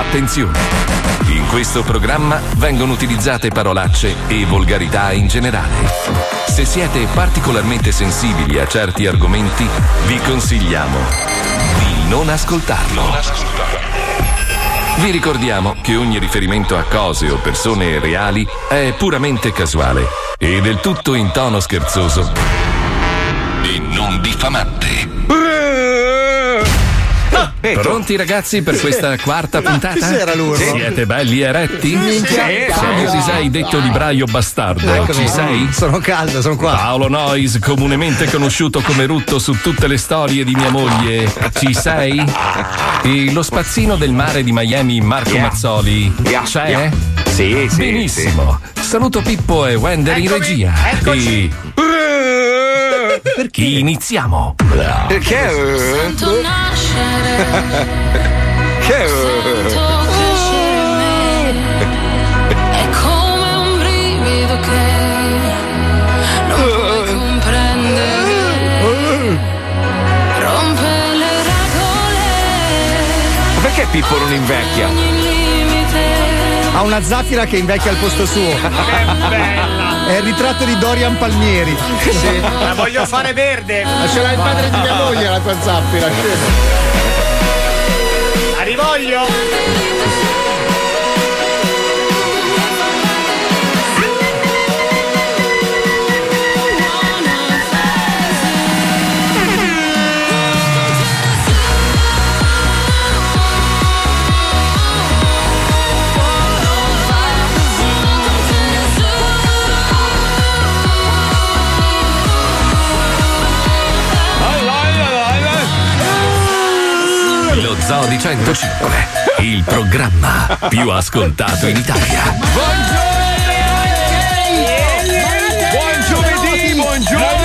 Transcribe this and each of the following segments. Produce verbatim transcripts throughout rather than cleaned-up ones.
Attenzione! In questo programma vengono utilizzate parolacce e volgarità in generale. Se siete particolarmente sensibili a certi argomenti, vi consigliamo di non ascoltarlo. Non ascoltarlo. Vi ricordiamo che ogni riferimento a cose o persone reali è puramente casuale e del tutto in tono scherzoso e non diffamante. Pronti ragazzi per questa quarta puntata? Cos'era l'urlo? Siete belli eretti? Sì, Come ti sei detto libraio bastardo? Eccomi. Ci sei? Sono caldo, sono qua. Paolo Noyes, comunemente conosciuto come Rutto su tutte le storie di mia moglie. Ci sei? E lo spazzino del mare di Miami, Marco Yeah. Mazzoli. Yeah. C'è? Yeah. Sì, sì. Benissimo. Saluto Pippo e Wender in Eccomi, regia. eccoci. E... Perché? Iniziamo. Perché? Sento nascere, Che? sento crescere me. È come un brivido che non puoi comprendere. Rompe le regole. Ma perché Pippo non invecchia? Ogni limite. Ha una zaffira che invecchia al posto suo. Che bella! È il ritratto di Dorian Palmieri. Sì, la voglio fare verde. Ma ce l'ha il padre di mia moglie la tua zaffira. La rivoglio. Lo Zoo di centocinque, il programma più ascoltato in Italia. Buon giovedì, buongiorno!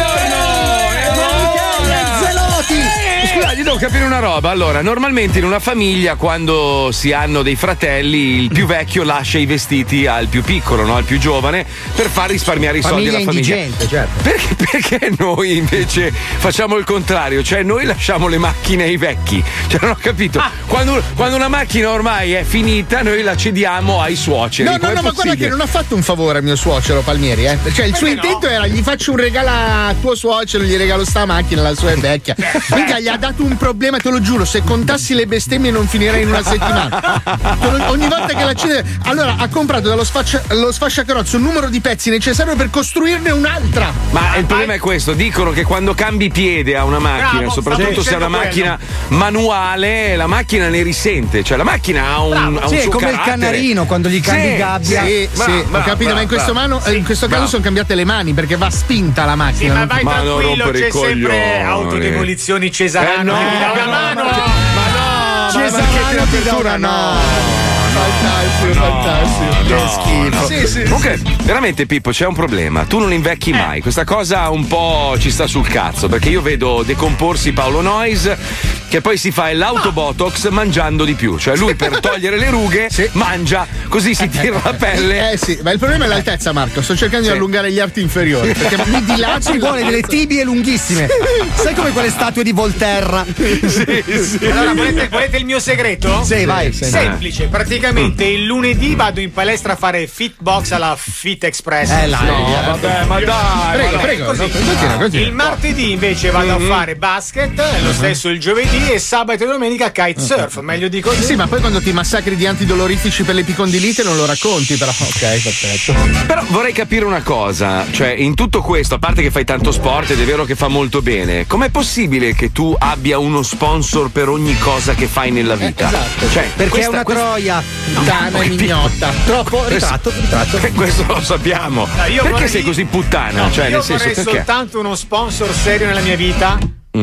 Scusate, devo capire una roba. Allora, normalmente in una famiglia, quando si hanno dei fratelli, il più vecchio lascia i vestiti al più piccolo, no? Al più giovane, per far risparmiare i soldi alla famiglia. Indigente, certo. Perché, perché noi invece facciamo il contrario? Cioè, noi lasciamo le macchine ai vecchi. Cioè, non ho capito. Quando, quando una macchina ormai è finita, noi la cediamo ai suoceri. No, no, Com'è no, ma guarda possibile? che non ha fatto un favore a mio suocero Palmieri, eh. Cioè, il suo Perché intento no? era gli faccio un regalo a tuo suocero, gli regalo sta macchina, la sua è vecchia. Mica gli ha dato un problema, te lo giuro, se contassi le bestemmie non finirei in una settimana. Te lo- ogni volta che l'accende. Allora, ha comprato dallo sfascia, lo sfasciacarrozzo un numero di pezzi necessario per costruirne un'altra. Ma il problema è questo, dicono che quando cambi piede a una macchina, Bravo, soprattutto stavo se è una dicendo macchina manuale, la macchina ne risente, cioè la macchina ha un, Bravo, ha un Sì, è suo come il carattere. canarino quando gli cambi Sì, gabbia. sì, Sì, bravo, ho bravo, capito, ma in questo, bravo. mano- in questo caso bravo. sono cambiate le mani perché va spinta la macchina. Sì, ma vai Ma non tranquillo, rompere c'è i sempre coglioni. autodemolizioni Cesarano Eh no, che mi dà una no, mano. ma- ma no, ma Cesarano perché ti ti dà apertura? una- No. Fantastico, fantastico. Che schifo. Sì, sì, Comunque, veramente Pippo, c'è un problema. Tu non invecchi mai. Questa cosa un po' ci sta sul cazzo, perché io vedo decomporsi Paolo Noyes che poi si fa l'autobotox mangiando di più. Cioè lui per togliere le rughe Sì. mangia, così si tira la pelle. Eh sì, ma il problema è l'altezza, Marco. Sto cercando Sì. di allungare gli arti inferiori. Perché mi dilazio. Ci vuole delle tibie lunghissime. Sai come quelle statue di Volterra? Allora, volete, volete il mio segreto? Sì, vai. Semplice, praticamente il lunedì vado in palestra a fare fitbox alla Fit Express. Eh, là, No, eh. vabbè, ma dai. Prego, ma- prego. Così. no, continua, continua. Il martedì invece vado a fare basket, lo stesso il giovedì e sabato e domenica kitesurf, meglio di così. Sì, ma poi quando ti massacri di antidolorifici per l'epicondilite non lo racconti, però. Ok, perfetto. Però vorrei capire una cosa, cioè in tutto questo, a parte che fai tanto sport ed è vero che fa molto bene, com'è possibile che tu abbia uno sponsor per ogni cosa che fai nella vita? esatto. Cioè, Perché questa- è una questa- troia. Puttana e mignotta. Troppo ritratto, ritratto. Eh, questo lo sappiamo. No, io perché vorrei- sei così puttana? No, cioè, io nel senso, vorrei perché? soltanto uno sponsor serio nella mia vita.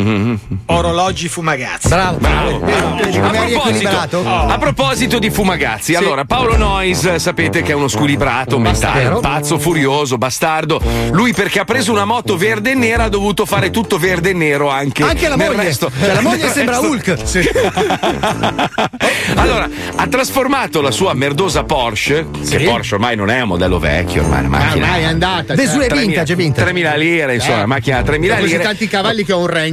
Orologi Fumagazzi. Bravo. Bravo, bravo. Vedi A come hai proposito, riequilibrato? a proposito di Fumagazzi, allora Paolo Noyes sapete che è uno squilibrato mentale, Bastardo. un pazzo furioso, bastardo. Lui perché ha preso una moto verde e nera ha dovuto fare tutto verde e nero anche. Anche la nel moglie. resto. Cioè, la moglie nel sembra resto- Hulk. Allora, ha trasformato la sua merdosa Porsche, che Porsche ormai non è un modello vecchio, ormai è una Ah, macchina. ormai è andata. Vesu cioè. è vintage, è vintage. tremila lire, insomma, Eh. macchina da tremila Ho così lire. tanti cavalli che ho un ranch.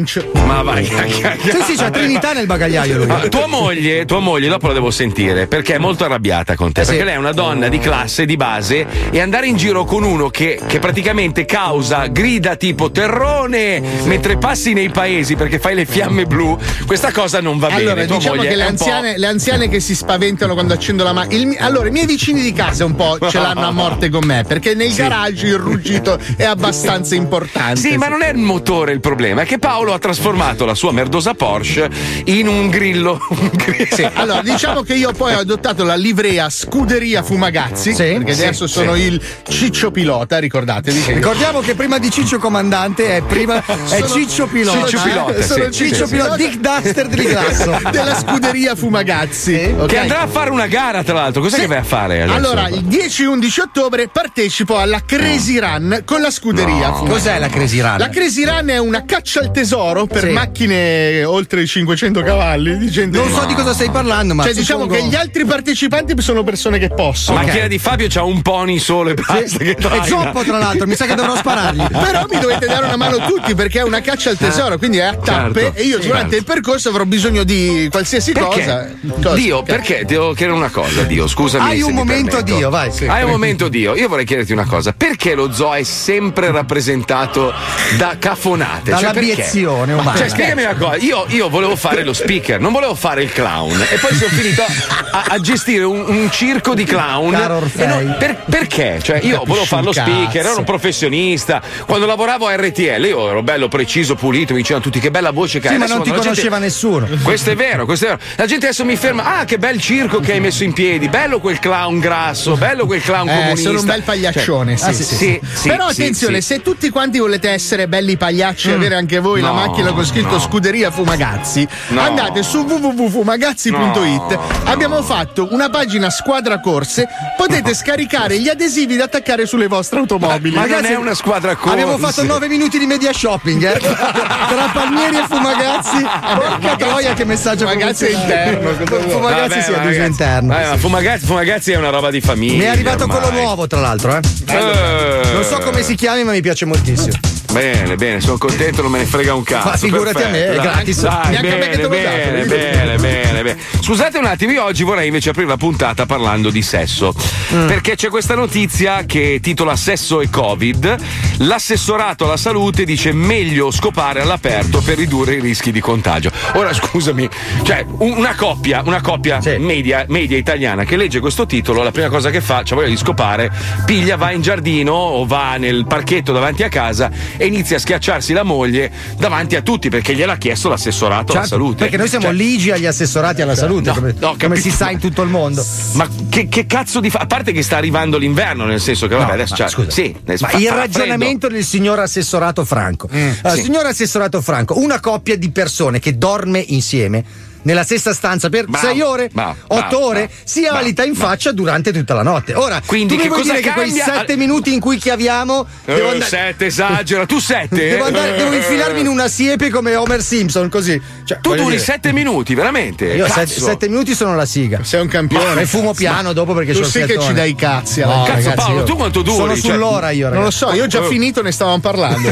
lancio. Ma vai, sì, sì, c'ha Trinità nel bagagliaio lui. Ma tua moglie, tua moglie, dopo la devo sentire perché è molto arrabbiata con te. Eh sì. Perché lei è una donna di classe, di base, e andare in giro con uno che, che praticamente causa grida tipo terrone mentre passi nei paesi perché fai le fiamme blu, questa cosa non va allora, bene. Tua diciamo moglie che le è un po'- anziane, le anziane che si spaventano quando accendo la macchina. Allora, i miei vicini di casa un po' ce l'hanno a morte con me perché nel garage il ruggito è abbastanza importante. Sì, ma non è il motore il problema, è che Paolo ha trasformato la sua merdosa Porsche in un grillo. Sì, allora diciamo che io poi ho adottato la livrea Scuderia Fumagazzi, Sì, perché sì, adesso sono sì. il Ciccio Pilota, ricordatevi. Che Ricordiamo che prima di Ciccio Comandante è prima è Ciccio Pilota. Ciccio Pilota, Eh, sono sì, Ciccio sì, Pilota, sì. Dick Duster di Glasso. della Scuderia Fumagazzi, ok? Che andrà a fare una gara, tra l'altro. Cos'è Sì. che vai a fare adesso? Allora, il dieci undici ottobre partecipo alla Crazy Run con la Scuderia Fumagazzi. Cos'è la Crazy Run? La Crazy Run è una caccia al tesoro per Sì. macchine oltre i cinquecento cavalli. Di gente Non so di cosa stai parlando, ma Cioè, diciamo suppongo- che gli altri partecipanti sono persone che possono. La macchina di Fabio c'ha un pony solo e basta. Che È traina. zoppo, tra l'altro, mi sa che dovrò sparargli. Però mi dovete dare una mano tutti perché è una caccia al tesoro, quindi è a tappe Certo, e io sì, durante certo. il percorso avrò bisogno di qualsiasi Perché? cosa. Cosa? Dio, perché? Devo chiedere una cosa, Dio, scusami. Hai se un mi momento permetto. Dio, vai. Sì. Hai un momento Dio. Io vorrei chiederti una cosa. Perché lo zoo è sempre rappresentato da cafonate? Cioè, perché? Dall'abiezione umana. Cioè, spiegami una cosa. Io, io volevo fare lo speaker, non volevo fare il clown. E poi sono finito a, a gestire un, un circo di clown. Caro Orfei. E non- per- perché? Cioè, io volevo fare lo un speaker, ero cazzo. un professionista. Quando lavoravo a R T L, io ero bello, preciso, pulito. Mi dicevano tutti che bella voce che hai. Sì, ma Adesso non ti quando la gente- conosceva nessuno. Questo è vero, questo è vero. La gente adesso mi ferma. Ah, che bel circo che hai messo in piedi. Bello quel clown grasso, bello quel clown Eh, comunista. sono un bel pagliaccione, Cioè, sì, ah, sì, sì, sì, Però sì, attenzione, sì. se tutti quanti volete essere belli pagliacci e avere anche voi la No, macchina con scritto no. Scuderia Fumagazzi, No. andate su w w w punto fumagazzi punto i t. No, Abbiamo fatto una pagina squadra corse, potete scaricare gli adesivi da attaccare sulle vostre automobili. Ma non Ragazzi, è una squadra corsa. Abbiamo fatto nove minuti di media shopping, eh? Tra Palmieri e Fumagazzi. Porca troia, che messaggio Fumagazzi è interno, cosa vuoi? Fumagazzi Vabbè, si è ma ad uso ragazzi, interno. vabbè, ma Fumagazzi, Fumagazzi è una roba di famiglia. Mi è arrivato ormai. quello nuovo, tra l'altro, eh? Eh. Non so come si chiami, ma mi piace moltissimo. Bene, bene, sono contento, non me ne frega un cazzo. Ma figurati a me, perfetto, è dai. gratis. Dai, Neanche a me che te bene, l'ho dato, bene, vedi? bene, bene, bene. Scusate un attimo, io oggi vorrei invece aprire la puntata parlando di sesso. Mm. Perché c'è questa notizia che titola Sesso e Covid. L'assessorato alla salute dice meglio scopare all'aperto per ridurre i rischi di contagio. Ora scusami, cioè un- una coppia, una coppia Sì. media, media italiana che legge questo titolo, la prima cosa che fa, c'ha voglia di scopare, piglia, va in giardino o va nel parchetto davanti a casa e inizia a schiacciarsi la moglie davanti a tutti perché gliel'ha chiesto l'assessorato alla Certo, salute. perché noi siamo Cioè, ligi agli assessorati alla salute, no, come, no, come capito, si sa ma- in tutto il mondo. Ma che, che cazzo di fa? A parte che sta arrivando l'inverno, nel senso che vabbè, No, adesso ma cioè, scusa, sì, ma fa- il fa ragionamento del signor assessorato Franco. Uh, sì. Signor assessorato Franco, una coppia di persone che dorme insieme nella stessa stanza per Bravo, sei ore, bravo, otto bravo, ore, bravo, si bravo, alita in bravo. faccia durante tutta la notte. Ora, Quindi tu mi che vuoi cosa dire che quei cambia? sette minuti in cui chiaviamo Eh, devo, andare- sette, esagera, tu sette? devo, andare- devo Eh, infilarmi in una siepe come Homer Simpson, così. Cioè, Tu voglio duri dire, sette minuti, veramente? Io Cazzo. sette, sette minuti sono la siga. Sei un campione. E fumo piano dopo perché Tu c'ho il sì che fiatone. ci dai i cazzi. alla No, gente. Cazzo, ragazzi, Paolo, io tu quanto duri? Sono Cioè, sull'ora io, Non lo ragazzi. so, io ho già finito, ne stavamo parlando.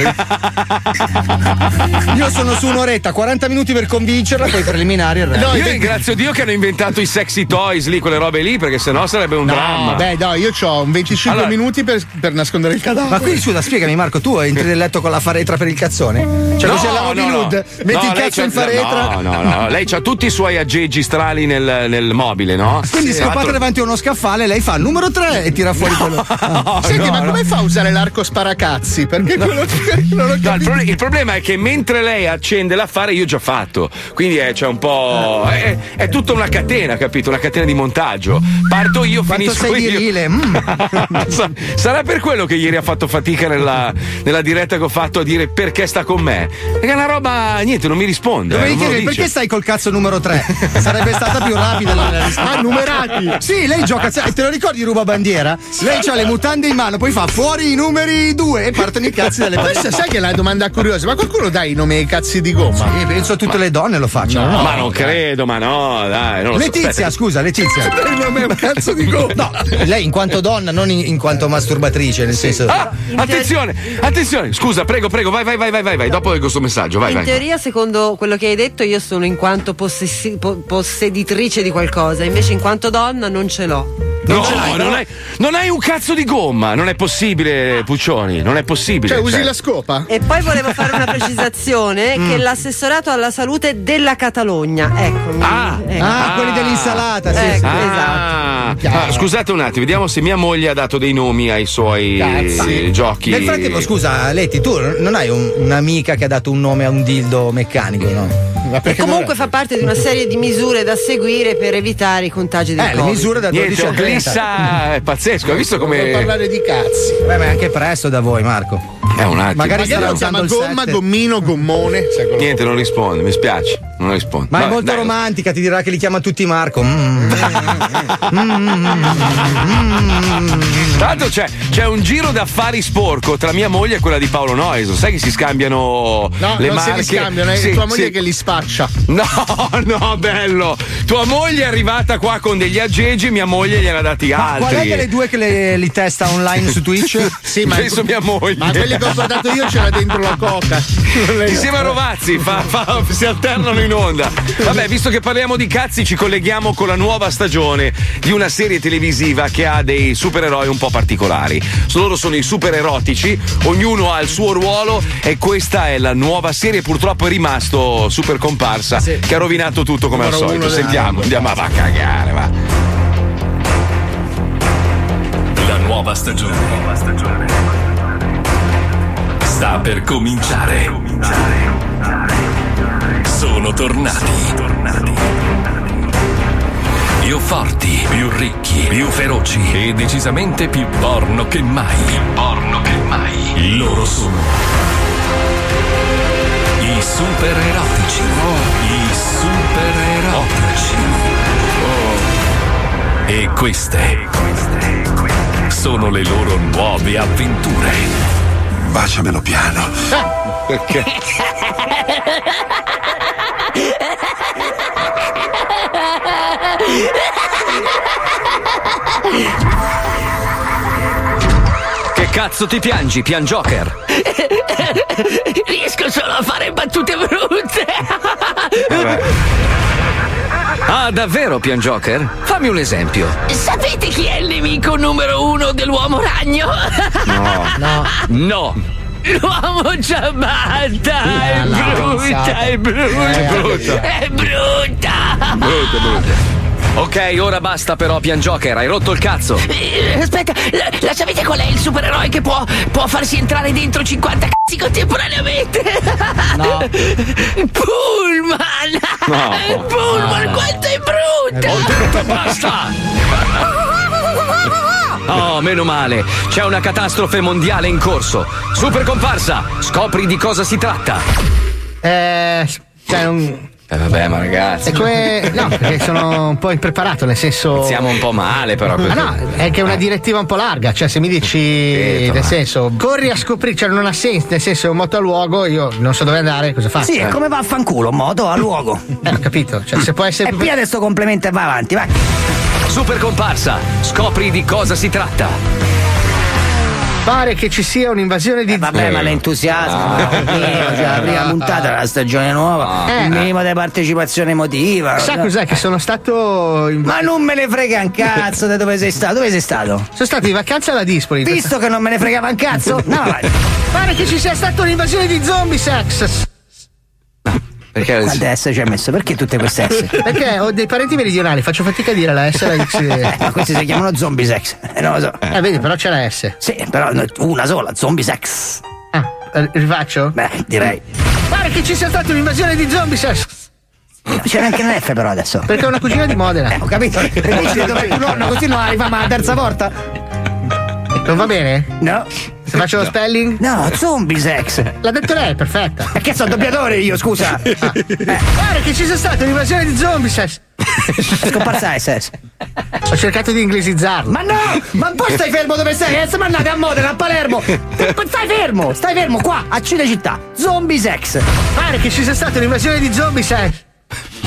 Io sono su un'oretta, quaranta minuti per convincerla, poi preliminari il resto. No, Io beh, ringrazio Dio che hanno inventato i sexy toys lì, quelle robe lì, perché sennò sarebbe un dramma. No, beh, no, io ho un venticinque Allora- minuti per, per nascondere il cadavere. Ma quindi scusa, spiegami Marco, tu entri nel letto con la faretra per il cazzone? Cioè, così alla Robin Hood, metti No, il lei cazzo c'ha- in faretra. No, no, no, lei c'ha tutti i suoi aggeggi strali nel, nel mobile, no? Quindi Sì. scappate Tra davanti a uno scaffale, lei fa il numero tre e tira fuori quello. Ah. Senti, no, ma no. come fa a usare l'arco sparacazzi? Perché quello non ho No, il, capito. pro- il problema è che mentre lei accende l'affare io ho già fatto, quindi è, c'è un po'. È, è tutta una catena, capito? Una catena di montaggio. Parto io, Quanto finisco sei io. virile. mm. Sa- Sarà per quello che ieri ha fatto fatica nella, nella diretta che ho fatto a dire perché sta con me. Perché è una roba, niente, non mi risponde. eh, Dovevi non me lo chiedere dice. perché stai col cazzo numero tre? Sarebbe stata più rapida la la risposta. Ah, numerati. Sì, lei gioca. Te lo ricordi ruba bandiera? Lei ha le mutande in mano, poi fa fuori i numeri due e partono i cazzi dalle Questa sai che è la domanda curiosa, ma qualcuno dà i nomi ai cazzi di gomma? Sì, penso a tutte le donne lo facciano. No, no? ma non credo, ma no, dai. Non lo so. Letizia, Aspetta. scusa, Letizia. Lei non è un cazzo di gomma. No, lei in quanto donna, non in, in quanto masturbatrice, nel senso. Ah, attenzione, attenzione. Scusa, prego, prego, vai, vai, vai, vai, vai, vai. Dopo leggo questo messaggio, vai, In vai. teoria, secondo quello che hai detto, io sono in quanto possessi- po- posseditrice di qualcosa, invece in quanto donna non ce l'ho. No, non hai, non hai un cazzo di gomma, non è possibile, Puccioni, non è possibile. Cioè, usi la scopa? E poi volevo fare una precisazione Mm. che l'assessorato alla salute della Catalogna, ecco. Ah, ecco. Ah, quelli dell'insalata, sì, Ecco, sì. Ah, esatto. ah, scusate un attimo, vediamo se mia moglie ha dato dei nomi ai suoi Cazzi. giochi. Nel frattempo, scusa, Letti, tu non hai un- un'amica che ha dato un nome a un dildo meccanico, no? Ma E perché comunque fa parte di una serie di misure da seguire per evitare i contagi del Eh, le Covid. misure da dodici Niente, a trenta. Glissa è pazzesco, hai visto non vuoi come. parlare di cazzi? Beh, ma è anche presto da voi, Marco. È un attimo. Magari Magari starà lo usando chiama il gomma, sette. gommino, gommone. sai quello- Niente, non risponde, mi spiace, non risponde. Ma è Vabbè, molto dai. romantica, ti dirà che li chiama tutti Marco. Mm. Tra l'altro c'è, c'è un giro d'affari sporco tra mia moglie e quella di Paolo Noyes. Sai che si scambiano No, le non marche? se li scambiano, è Sì, tua moglie sì. che li spaccia. No, no, bello. Tua moglie è arrivata qua con degli aggeggi, mia moglie gliene ha dati Ma altri. qual è delle due che le- li testa online su Twitch? Sì, ma Penso mia moglie. Ma quelli che ho portato io c'era dentro la coca. Insieme a Rovazzi fa- fa- si alternano in onda. Vabbè, visto che parliamo di cazzi, ci colleghiamo con la nuova stagione di una serie televisiva che ha dei supereroi un po' particolari. Loro sono i super erotici, ognuno ha il suo ruolo e questa è la nuova serie. Purtroppo è rimasto super comparsa che ha rovinato tutto come al Numero solito. uno del Sentiamo, mondo. andiamo, ma va a cagare, va. La nuova stagione sta per cominciare. Sono tornati. Più forti, più ricchi, più feroci e decisamente più porno che mai. Più porno che mai. Loro sono i super erotici. I super erotici. E queste sono le loro nuove avventure. Baciamelo piano. Perché? Che cazzo ti piangi, Pianjoker? Riesco solo a fare battute brutte. Ah, davvero, Pianjoker? Fammi un esempio. Sapete chi è il nemico numero uno dell'uomo ragno? No. No. No. L'uomo ciabatta. È no, brutta, è brutta. È brutta. È brutta. Brutta, brutta. Ok, ora basta però, Pianjoker, hai rotto il cazzo. Eh, Aspetta, la, la sapete qual è il supereroe che può, può farsi entrare dentro cinquanta cazzi contemporaneamente? No. Pullman! No. Pullman, No, no. quanto è brutta! Ho detto basta! Oh, meno male, c'è una catastrofe mondiale in corso. Super comparsa, scopri di cosa si tratta. Eh. Cioè, un. Eh vabbè, ma ragazzi. È come. No, perché sono un po' impreparato, nel senso. Siamo un po' male, però. Ah no, è che è una direttiva un po' larga, cioè se mi dici Capito, nel ma- senso corri a scoprire, cioè non ha senso, nel senso è un moto a luogo, io non so dove andare, cosa faccio? Sì, è come va a fanculo, moto a luogo. Eh, ho capito, cioè se può essere E più. poi adesso complementa e va avanti, vai. Super comparsa, scopri di cosa si tratta. Pare che ci sia un'invasione di. Eh, vabbè, ma l'entusiasmo, Ah. un minimo, cioè, la prima puntata della stagione nuova, Eh. un minimo di partecipazione emotiva. Sa cos'è che sono stato. in- Ma non me ne frega un cazzo da dove sei stato, dove sei stato? Sono stato in vacanza alla Dispoli. Visto che non me ne fregava un cazzo, no, vai. Pare che ci sia stata un'invasione di zombie sex. Perché Quante S ci hai messo? Perché tutte queste S? Perché ho dei parenti meridionali, faccio fatica a dire la S e la X. Eh, ma questi si chiamano zombie sex. Eh, non lo so. Eh, vedi, però c'è la S. Sì, però no, una sola, zombie sex. Ah, eh, rifaccio? Beh, direi. Pare che ci sia stata un'invasione di zombie sex. C'è neanche un F però adesso. Perché è una cugina di Modena. Eh, ho capito. Dici dove tuo nonno, così non la rifama la terza volta? Non va bene? No. Se faccio lo spelling? No, zombie sex. L'ha detto lei, perfetta. Ma che sono doppiatore io, scusa? Ah. Pare che ci sia stata un'invasione di zombie sex. È scomparsa S S. Ho cercato di inglesizzarlo. Ma no! Ma un po' stai fermo dove sei? Adesso mandate a Modena, a Palermo! Ma stai fermo! Stai fermo qua, a Cinecittà! Zombie sex! Pare che ci sia stata un'invasione di zombie sex.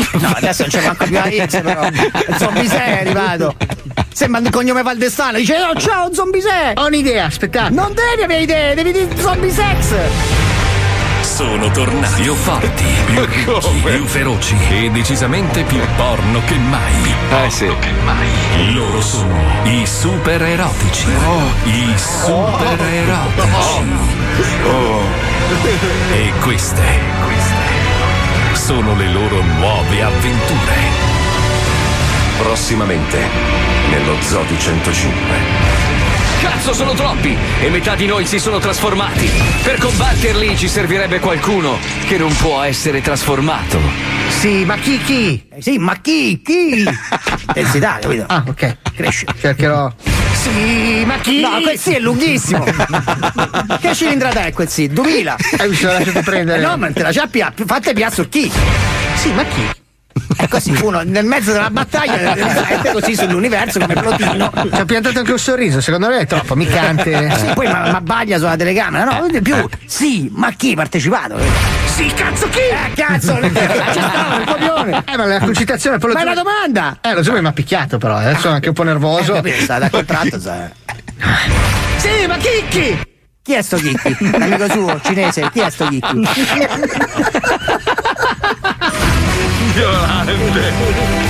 No, adesso non c'è manco più la X, però. Il zombie sei è arrivato. Sembra il cognome Valdestano. Dice, oh, ciao, zombie sei. Ho un'idea, aspettate. Non devi avere idee, devi dire zombie sex. Sono tornati più forti, più ricchi, più feroci e decisamente più porno che mai. Eh sì. Che mai. Loro sono i super erotici. Oh. I super erotici. Oh. E queste, queste sono le loro nuove avventure. Prossimamente nello Zoo di centocinque. Cazzo, sono troppi! E metà di noi si sono trasformati. Per combatterli ci servirebbe qualcuno che non può essere trasformato. Sì, ma chi chi? Sì, ma chi chi? Intensità, capito? Ah, ok. Cresce. Cercherò. Sì, ma chi? No, quel sì è lunghissimo. Che cilindrata è quel sì? duemila. Eh, mi sono lasciato prendere. Eh no, ma te la c'ha fatta piazza sul chi? Sì, ma chi? È così, uno nel mezzo della battaglia riflette così sull'universo come Plotino. Ci ha piantato anche un sorriso, secondo me è troppo miccante. Sì, poi ma, ma baglia sulla telecamera, no? Di più. Sì, ma chi ha partecipato? Sì, cazzo chi? Eh, cazzo, c'è stato il coglione. Eh, ma la concitazione poi lo Ma è una domanda! Eh, lo so, mi ha picchiato però, adesso sono anche un po' nervoso. Eh, capito, sta da contratto, sai. Sì, ma chi chi? Chi è sto Chicchi? L'amico suo, cinese, chi è sto Chicchi? Violante.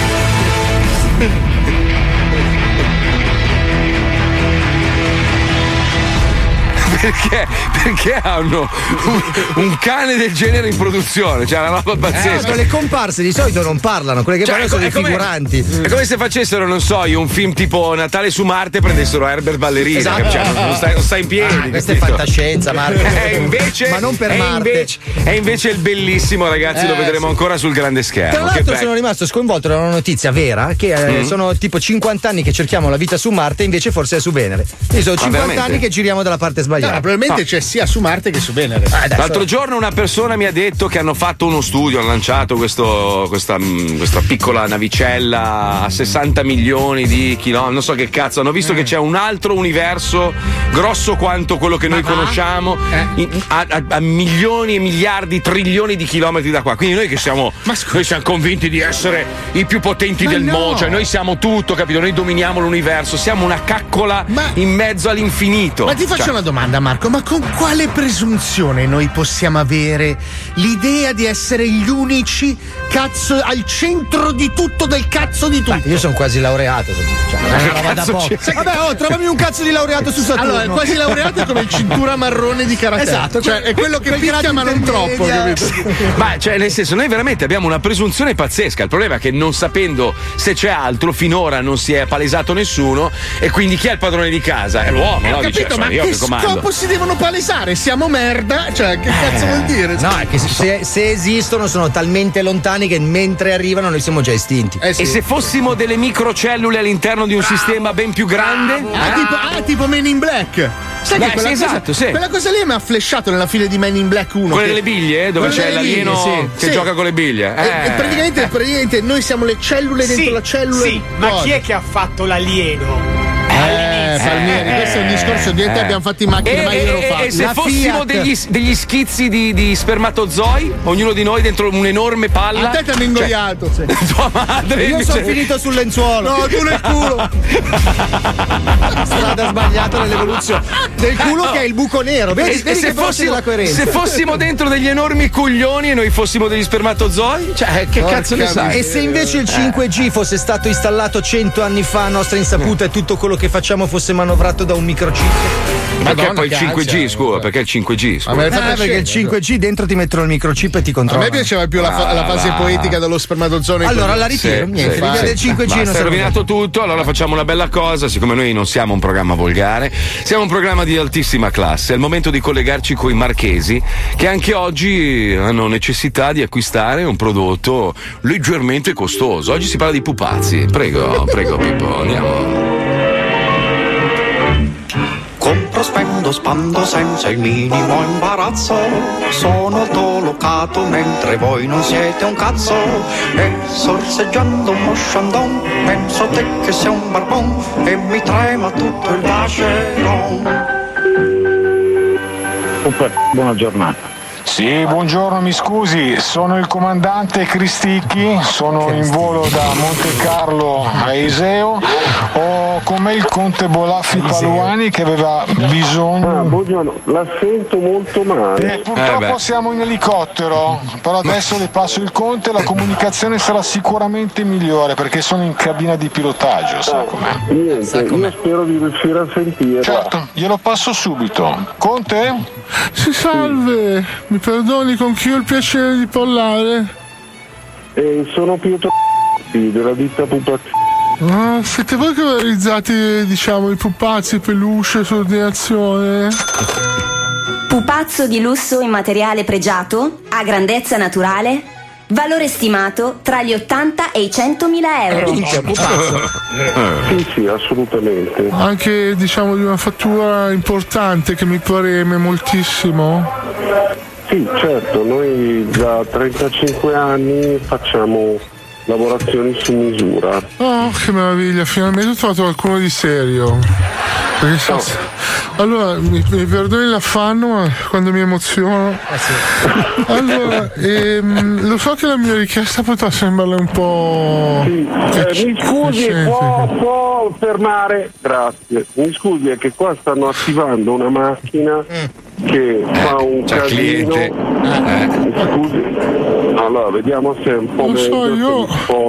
Perché? Perché hanno un, un cane del genere in produzione? Cioè, una roba pazzesca. Eh, le comparse di solito non parlano, quelle che Cioè, parlano sono i come- figuranti. È come se facessero, non so, io un film tipo Natale su Marte e prendessero Herbert Ballerina. Esatto. Cioè, non, sta, non sta in piedi. Ah, questa è capito? fantascienza, Marco. E invece, Ma non per è Marte. invece, è invece il bellissimo, ragazzi, Eh, lo vedremo sì. ancora sul grande schermo. Tra Che l'altro bello. sono rimasto sconvolto da una notizia vera che eh, Mm. sono tipo cinquanta anni che cerchiamo la vita su Marte e invece forse è su Venere. Quindi sono Ma cinquanta veramente? anni che giriamo dalla parte No, sbagliata. probabilmente Ah. c'è sia su Marte che su Venere. Ah, adesso- L'altro giorno una persona mi ha detto che hanno fatto uno studio, hanno lanciato questo, questa, mh, questa piccola navicella a sessanta milioni di chilometri, non so che cazzo, hanno visto che c'è un altro universo grosso quanto quello che noi conosciamo, in- a, a- a milioni e miliardi, trilioni di chilometri da qua. Quindi noi che siamo, noi siamo convinti di essere i più potenti Ma del no. mondo, cioè noi siamo tutto, capito? Noi dominiamo l'universo, siamo una caccola Ma- in mezzo all'infinito. Ma ti faccio Cioè, una domanda, Marco, ma con quale presunzione noi possiamo avere l'idea di essere gli unici cazzo al centro di tutto del cazzo di tutto? Io sono quasi laureato, sono- cioè, non è una roba da cazzo poco. c'è? Vabbè, oh, trovami un cazzo di laureato su Saturno. Allora, quasi laureato è come il cintura marrone di karate. Esatto, cioè è quello che quel picchia grado ma non troppo, intermedia. capito? Ma cioè, nel senso, noi veramente abbiamo una presunzione pazzesca. Il problema è che non sapendo se c'è altro, finora non si è palesato nessuno. E quindi chi è il padrone di casa? È l'uomo, Ho no? Dice, capito, sono ma io che che comando. scopo si devono palesare? Siamo merda? Cioè, che cazzo vuol dire? No, è che se, se esistono sono talmente lontani che mentre arrivano noi siamo già estinti. Eh sì. E se fossimo delle microcellule all'interno di un sistema ben più grande? Ah, tipo, ah, tipo Men in Black. Sai Beh, che quella, sì, cosa, esatto, sì. quella cosa lì mi ha flashato nella fine di Men in Black uno. Quelle che- delle biglie, dove Quelle c'è delle biglie, l'alieno sì. che Sì. gioca con le biglie. E- Eh. e praticamente, praticamente noi siamo le cellule dentro Sì, la cellula. sì, ma chi è che ha fatto l'alieno? Eh, Palmieri, questo è un discorso di te Eh. abbiamo fatto in macchina, E, ma io e- lo faccio. e se La fossimo Fiat. degli, degli schizzi di, di spermatozoi, ognuno di noi dentro un'enorme palla. A te ti hanno ingoiato. sì. Tua madre Io invece- sono finito sul lenzuolo. No, tu nel culo. Strada sbagliata nell'evoluzione. Del culo che è il buco nero. Vedi, E, vedi e che se, forse fossimo, la coerenza. se fossimo dentro degli enormi coglioni e noi fossimo degli spermatozoi, cioè che Porca cazzo ne sai? E se invece il cinque G fosse stato installato cento anni fa a nostra insaputa e tutto quello che facciamo fosse manovrato da un microchip? Perché Madonna, poi il che cinque G, ansia. scusa, perché il cinque G, scusa. Ma me l'hai Eh, fatta perché il scendere. cinque G dentro ti mettono il microchip e ti A controllano. me piaceva più la, fa- la fase va. poetica dello spermatozone. Allora la Sì, ritiro, niente, sì, l'idea sì. del cinque G Basta, non è serve. rovinato tutto, allora facciamo una bella cosa, siccome noi non siamo un programma volgare, siamo un programma di altissima classe, è il momento di collegarci con i marchesi che anche oggi hanno necessità di acquistare un prodotto leggermente costoso. Oggi si parla di pupazzi. Prego, prego Pippo, andiamo. Compro, spendo, spando senza il minimo imbarazzo. Sono autolocato mentre voi non siete un cazzo. E sorseggiando un mosciandon, penso te che sei un barbon e mi trema tutto il vacheron. Super, buona giornata. Sì, buongiorno, mi scusi, sono il comandante Cristicchi, sono in volo da Monte Carlo a Iseo, ho con me il conte Bolaffi Paluani che aveva bisogno... Ah, buongiorno, la sento molto male. Eh, purtroppo Eh siamo in elicottero, però adesso le passo il conte, la comunicazione sarà sicuramente migliore perché sono in cabina di pilotaggio, sa com'è? Niente, io spero di riuscire a sentire. Certo, glielo passo subito. Conte? Si salve, mi perdoni, con chi ho il piacere di parlare? Eh, sono Pietro della ditta Pupazzi. Ah, siete voi che realizzate, diciamo, i pupazzi, peluche su ordinazione? Pupazzo di lusso in materiale pregiato, a grandezza naturale, valore stimato tra gli ottanta e i centomila euro. Sì, sì, assolutamente. Anche, diciamo, di una fattura importante che mi preme moltissimo? Sì, certo, noi da trentacinque anni facciamo lavorazioni su misura. Oh, che meraviglia, finalmente ho trovato qualcuno di serio. Perché so, allora, mi, mi perdoni l'affanno, ma quando mi emoziono. Allora, ehm, lo so che la mia richiesta potrà sembrare un po'. Sì, eh, mi scusi, può, può fermare? Grazie. Mi scusi, è che qua stanno attivando una macchina che fa un c'è casino. cliente. Eh. Mi scusi. Allora, vediamo se è un po' Lo meglio. so, io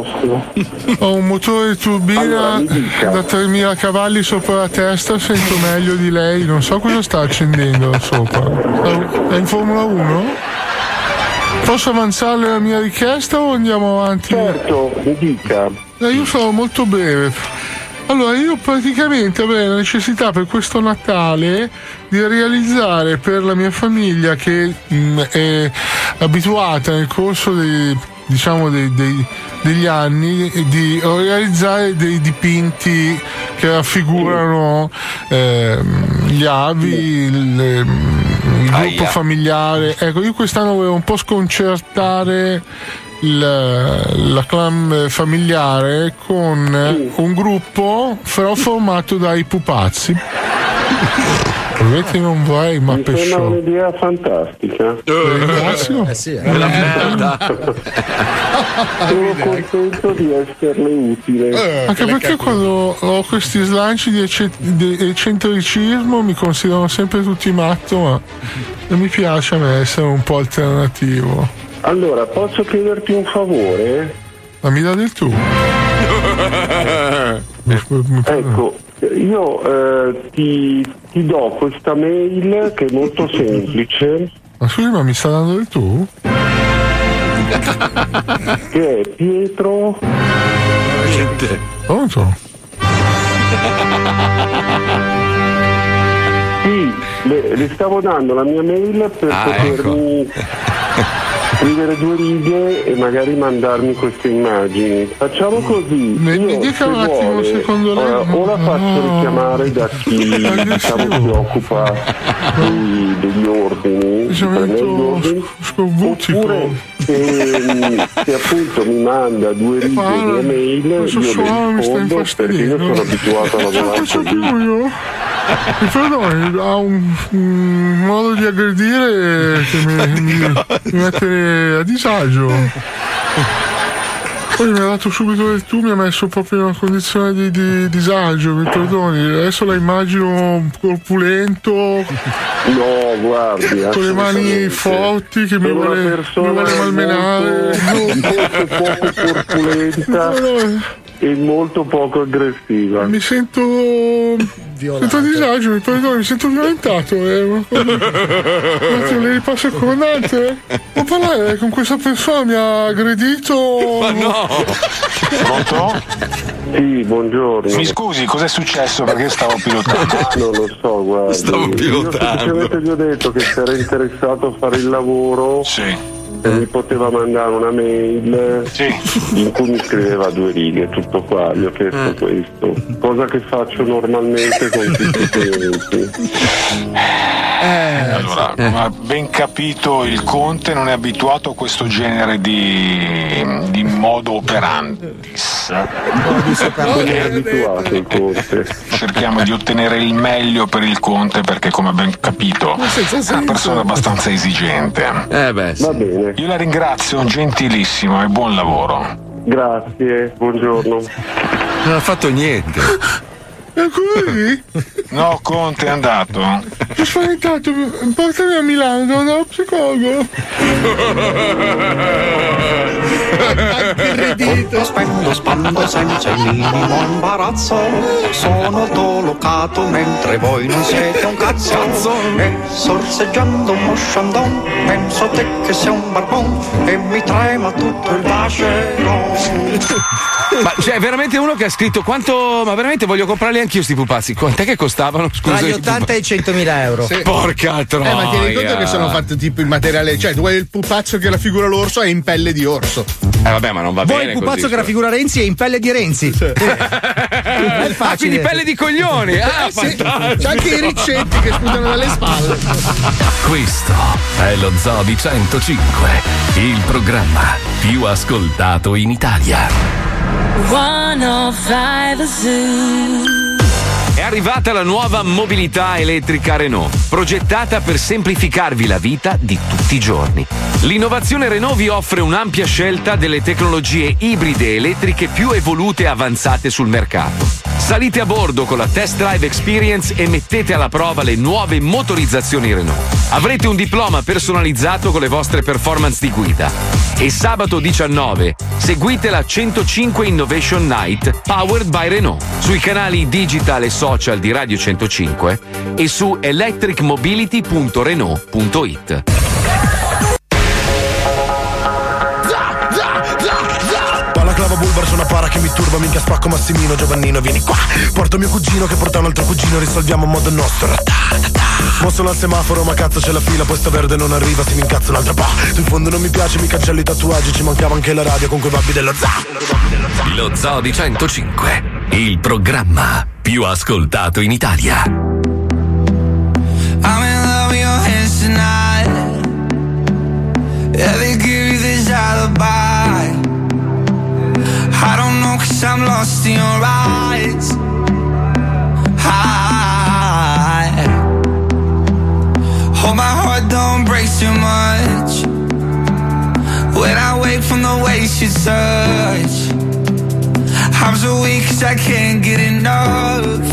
ho un motore di turbina Allora, da tremila cavalli sopra la testa, sento meglio di lei, non so cosa sta accendendo sopra. È in Formula uno? Posso avanzare la mia richiesta o andiamo avanti? Certo, mi dica. Eh, io sarò molto breve. Allora, io praticamente avrei la necessità per questo Natale di realizzare per la mia famiglia, che mh, è abituata nel corso dei, diciamo, dei, dei, degli anni, di realizzare dei dipinti che raffigurano eh, gli avi, il, il gruppo Aia. familiare. Ecco, io quest'anno volevo un po' sconcertare La, la clan familiare con un gruppo però formato dai pupazzi. Ovviamente non vorrei, ma Mi per sembra show. un'idea fantastica. Ringrazio. Eh sì, sono contento di esserle utile. Anche perché quando ho questi slanci di, ecce- di eccentricismo mi considerano sempre tutti matto, ma non mi piace a me essere un po' alternativo. Allora, posso chiederti un favore? Ma mi dà del tu? Ecco, io eh, ti, ti do questa mail che è molto semplice. Ma scusi, ma mi sta dando del tu? Che è Pietro. Pronto? Sì, le, le stavo dando la mia mail per Ah, potermi scrivere due righe e magari mandarmi queste immagini. Facciamo così. Mi, mi Io, dica se un attimo, vuole, secondo lei. ora, o la faccio richiamare da chi diciamo, si occupa dei, degli ordini, di prendere gli ordini, oppure se, se appunto mi manda due righe via mail, io le rispondo perché io sono abituato a lavorare Faccio così. più io? Mi perdoni, ha un, un modo di aggredire che mi, mi, mi mette a disagio. Poi mi ha dato subito del tu, mi ha messo proprio in una condizione di, di disagio, mi perdoni. Adesso la immagino corpulento. No, guardi. Con le mani forti che mi vuole, mi vuole malmenare. Molto poco corpulenta e molto poco aggressiva. Mi sento. Sento a disagio, mi perdoni, mi sento violentato. Eh. Un attimo, le ripasso il comandante? Può parlare con questa persona, mi ha aggredito. Ma no! Pronto? Sì, buongiorno. Mi scusi, cos'è successo? Perché stavo pilotando. Non lo so, guarda. Stavo pilotando. Io semplicemente gli ho detto che se era interessato a fare il lavoro. Sì. e mi poteva mandare una mail in cui mi scriveva due righe, tutto qua. Gli ho chiesto questo, cosa che faccio normalmente con tutti i clienti. Eh, allora, come ha ben capito, il Conte non è abituato a questo genere di, di modo operandis. Non è abituato il Conte. Cerchiamo di ottenere il meglio per il Conte perché, come ha ben capito, è una persona abbastanza esigente. Eh beh, sì. Va bene. Io la ringrazio, gentilissimo, e buon lavoro. Grazie, buongiorno. Non ha fatto niente. E qui? No, Conte è andato. Sono spaventato, portami a Milano, devo andare allo psicologo. Conto, spendo, spando senza il minimo imbarazzo. Sono dolocato mentre voi non siete un cazzo. E sorseggiando un mosciandon, penso te che sei un barbon e mi trema tutto il vascello. Ma c'è veramente uno che ha scritto quanto. Ma veramente voglio comprarli anch'io sti pupazzi. Quant'è che costavano? Scusa. Tra gli ottanta e i centomila euro. Sì. Porca troia. Eh, ma ti rendi conto che sono fatti tipo in materiale. Cioè, tu hai il pupazzo che raffigura l'orso è in pelle di orso. Eh vabbè, ma non va Voi bene. il pupazzo così, che raffigura Renzi è in pelle di Renzi. Sì. È facile. Ah, quindi pelle di coglioni. Ah, Eh, sì. fantastico. C'è anche i riccetti che sputano dalle spalle. Questo è lo Zoo di centocinque, il programma più ascoltato in Italia. centocinque Zoo. È arrivata la nuova mobilità elettrica Renault, progettata per semplificarvi la vita di tutti i giorni. L'innovazione Renault vi offre un'ampia scelta delle tecnologie ibride elettriche più evolute e avanzate sul mercato. Salite a bordo con la Test Drive Experience e mettete alla prova le nuove motorizzazioni Renault. Avrete un diploma personalizzato con le vostre performance di guida. E sabato diciannove seguite la centocinque Innovation Night powered by Renault sui canali digital e social di Radio centocinque e su electric mobility punto renault punto it. Balaclava bulbar, c'è una para che mi turba, minchia spacco Massimino, Giovannino vieni qua. Porto mio cugino che porta un altro cugino, risolviamo a modo nostro. Mo sono al semaforo ma cazzo c'è la fila, poi sta verde non arriva, se mi incazzo un altro po'. Tu in fondo non mi piace, mi cancello i tatuaggi, ci mancava anche la radio con quei babbi dello zoo. Lo Zoo di centocinque, il programma più ascoltato in Italia. I'm in love with your hands tonight. Yeah, they give you this alibi. I don't know cause I'm lost in your eyes. I hope my heart don't break too much when I wake from the way she touch. I'm so weak cause I can't get enough.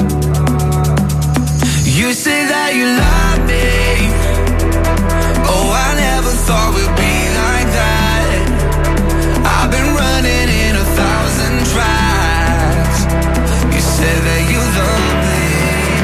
You say that you love me. Oh, I never thought we'd be like that. I've been running in a thousand tracks. You said that you love me.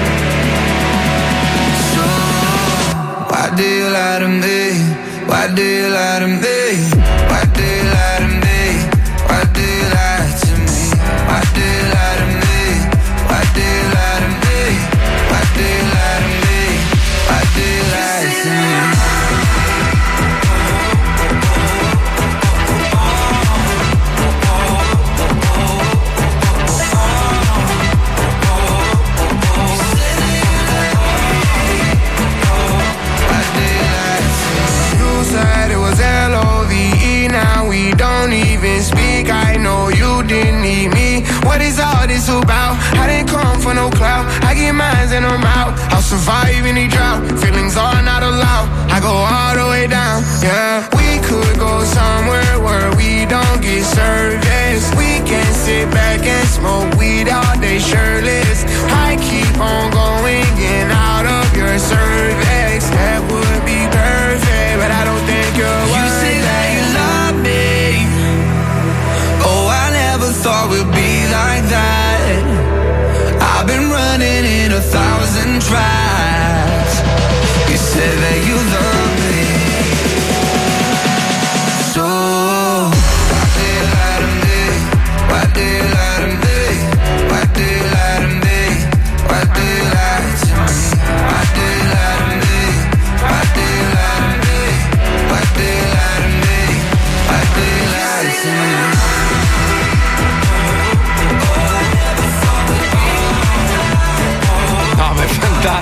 So why do you lie to me? Why do you lie to me? Why do you lie to me? Why do you lie to me? Why do you lie to me? Why do you lie to me? Why do you lie to me? Why do you lie to me? You said it was L O V E, now we don't even speak. I know you didn't need me. What is all this about? I didn't come for no clout. I get mines and I'm out. I'll survive any drought. Feelings are not allowed. I go all the way down. Yeah, we could go somewhere where we don't get service. We can sit back and smoke weed all day shirtless. I keep on going in out of your cervix. That would be perfect, but I don't think you're worth it. You say that you love me. Oh, I never thought we'd be like that. I've been running in a thousand tracks. You said that you love me. So why do you lie to me? Why do you lie to me? Why do you lie to me? Why do you lie to me? Why do you lie to me? Why do you lie to me? Why do you lie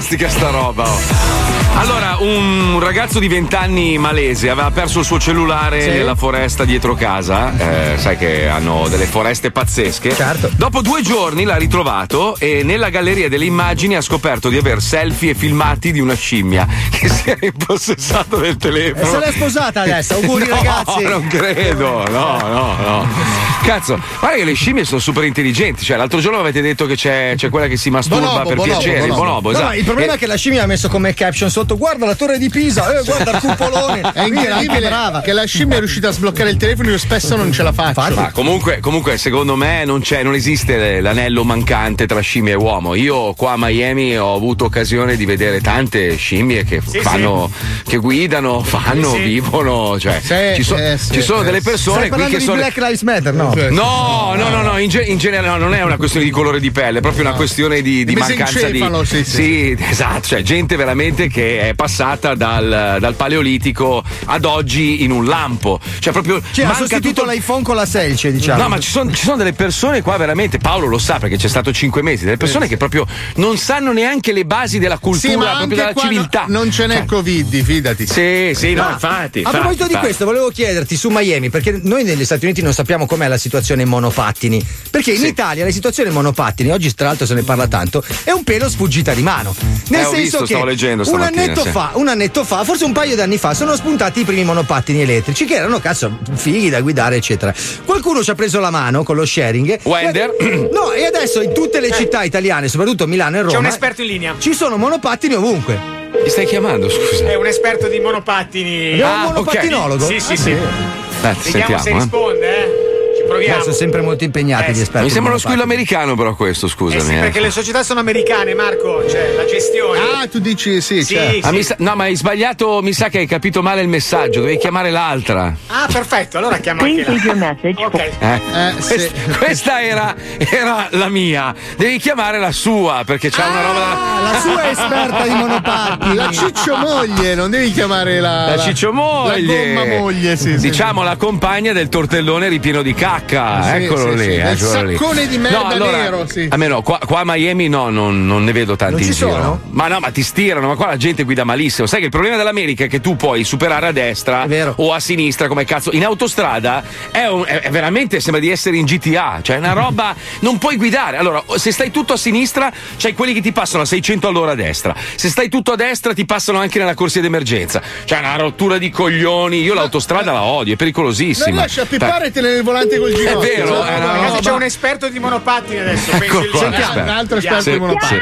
fantastica sta roba. Oh. Allora, un ragazzo di vent'anni malese aveva perso il suo cellulare sì. nella foresta dietro casa. Eh, sai che hanno delle foreste pazzesche. Certo. Dopo due giorni l'ha ritrovato e nella galleria delle immagini ha scoperto di aver selfie e filmati di una scimmia che si era impossessato del telefono. E se l'è sposata adesso? Auguri no, ragazzi. No, non credo. No, no, no. Cazzo, guarda che le scimmie sono super intelligenti. Cioè, l'altro giorno avete detto che c'è, c'è quella che si masturba bonobo, per bonobo, piacere. bonobo. Il bonobo, no, esatto. ma il problema e... è che la scimmia ha messo come caption sotto: guarda la torre di Pisa, eh, guarda il cupolone. È incredibile che la scimmia è riuscita a sbloccare il telefono, io spesso non ce la faccio. Ma comunque, comunque, secondo me non c'è, non esiste l'anello mancante tra scimmia e uomo. Io qua a Miami ho avuto occasione di vedere tante scimmie che sì, fanno, sì. che guidano, fanno, sì, sì. vivono. Cioè, sì, ci, so, eh, sì, ci sono sì. delle persone Stai qui che di sono. Black Lives Matter, no? No, no, no, no, in, ge- in genere no, non è una questione di colore di pelle, è proprio una questione di, di mancanza di. Sì, sì. sì, esatto, cioè gente veramente che è passata dal, dal paleolitico ad oggi in un lampo. Cioè proprio cioè, ha sostituito tutto... l'iPhone con la selce, diciamo. No, ma ci sono, ci sono delle persone qua veramente, Paolo lo sa perché c'è stato cinque mesi, delle persone sì. che proprio non sanno neanche le basi della cultura, sì, ma proprio della civiltà. No, non ce n'è cioè. Covid, fidati. Sì, sì, no, ah, infatti. A infatti, proposito infatti. di questo, volevo chiederti su Miami, perché noi negli Stati Uniti non sappiamo com'è la situazione monopattini. Perché in sì. Italia la situazione monopattini, oggi tra l'altro se ne parla tanto, è un pelo sfuggita di mano. Nel eh, senso visto, che stavo leggendo un annetto sì. fa, un annetto fa, forse un paio d'anni fa, sono spuntati i primi monopattini elettrici che erano cazzo fighi da guidare, eccetera. Qualcuno ci ha preso la mano con lo sharing. Wender. E, no, e adesso in tutte le città italiane, soprattutto Milano e Roma, c'è un esperto in linea. Ci sono monopattini ovunque. Chi stai chiamando, scusa? È un esperto di monopattini. È un ah, monopattinologo? Okay. Sì, sì, ah, sì. sì. Eh, Vediamo sentiamo, se eh. risponde, eh. Proviamo. Eh, sono sempre molto impegnati eh, gli esperti. Mi sembra uno squillo americano, però, questo, scusami. Eh sì, eh. perché le società sono americane, Marco. Cioè, la gestione. Ah, tu dici sì, sì, certo. sì. Ah, mi sa- no, ma hai sbagliato, mi sa che hai capito male il messaggio, devi chiamare l'altra. Ah, perfetto, allora chiamo anche la... Ok. Eh? Eh, Questa, sì. questa era, era la mia. Devi chiamare la sua, perché c'ha ah, una roba da... La sua è esperta di monopattini. La ciccio moglie, non devi chiamare la. La ciccio moglie. La gomma moglie, sì. Diciamo sì. la compagna del tortellone ripieno di cacca. Sì, Eccolo sì, lì. sì. Eh, Il saccone lì. di merda no, allora, nero, sì. A me no, qua, qua a Miami no, non, non ne vedo tanti non ci in giro. Sono? Ma no, ma ti stirano, ma qua la gente guida malissimo. Sai che il problema dell'America è che tu puoi superare a destra o a sinistra, come cazzo. In autostrada è, un, è, è veramente, sembra di essere in G T A, cioè è una roba, non puoi guidare. Allora, se stai tutto a sinistra, c'hai quelli che ti passano a seicento all'ora a destra. Se stai tutto a destra, ti passano anche nella corsia d'emergenza. Cioè, una rottura di coglioni. Io l'autostrada la odio, è pericolosissima. Non riesci a pippare e tenere il volante col ginocchio. È vero, cioè, è no, una no, C'è un esperto di monopattini adesso. Ecco penso qua, il... Sentiamo, un altro esperto sì, di monopattini.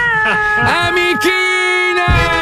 Sì. Amichina!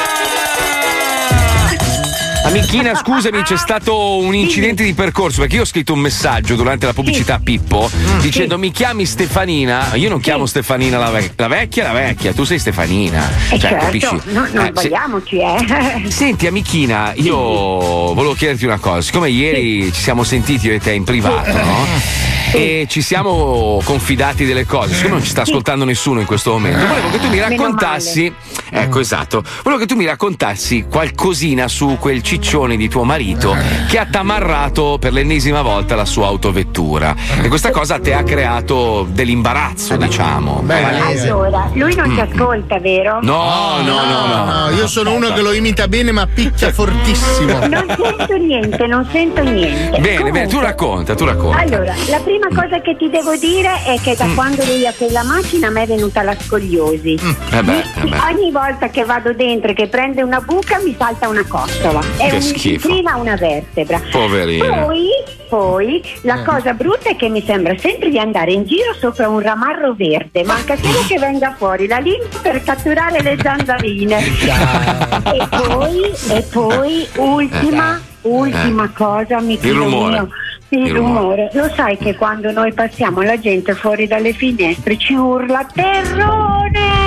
Amichina, scusami, c'è stato un incidente di percorso perché io ho scritto un messaggio durante la pubblicità a Pippo dicendo mi chiami Stefanina. Io non chiamo Stefanina la, vec- la vecchia, la vecchia, tu sei Stefanina. Eh cioè, certo, capisci? no, non Eh, sbagliamoci, eh. Senti, Amichina, io volevo chiederti una cosa. Siccome ieri ci siamo sentiti io e te in privato, no? E ci siamo confidati delle cose, siccome non ci sta ascoltando nessuno in questo momento, volevo che tu mi raccontassi, ecco esatto, volevo che tu mi raccontassi qualcosina su quel ciccione di tuo marito che ha tamarrato per l'ennesima volta la sua autovettura. E questa cosa a te ha creato dell'imbarazzo, diciamo. Beh, allora, lui non ti ascolta, vero? No, no, no, no, no. Io sono uno che lo imita bene ma picchia fortissimo. Non sento niente, non sento niente. Bene, Comunque, bene, tu racconta, tu racconta. Allora, la prima cosa che ti devo dire è che da Mm. quando lui ha quella macchina a me è venuta la scoliosi. Mm. Eh beh, eh beh. Ogni volta che vado dentro e che prende una buca mi salta una costola e Che mi schifo. si inclina una vertebra. Poverina. Poi, poi la Eh. cosa brutta è che mi sembra sempre di andare in giro sopra un ramarro verde. Manca solo che venga fuori la lingua per catturare le zanzarine. E poi, e poi, ultima, ultima cosa, mi Il rumore. mio. Il, Il rumore. Lo sai che quando noi passiamo la gente fuori dalle finestre ci urla terrone!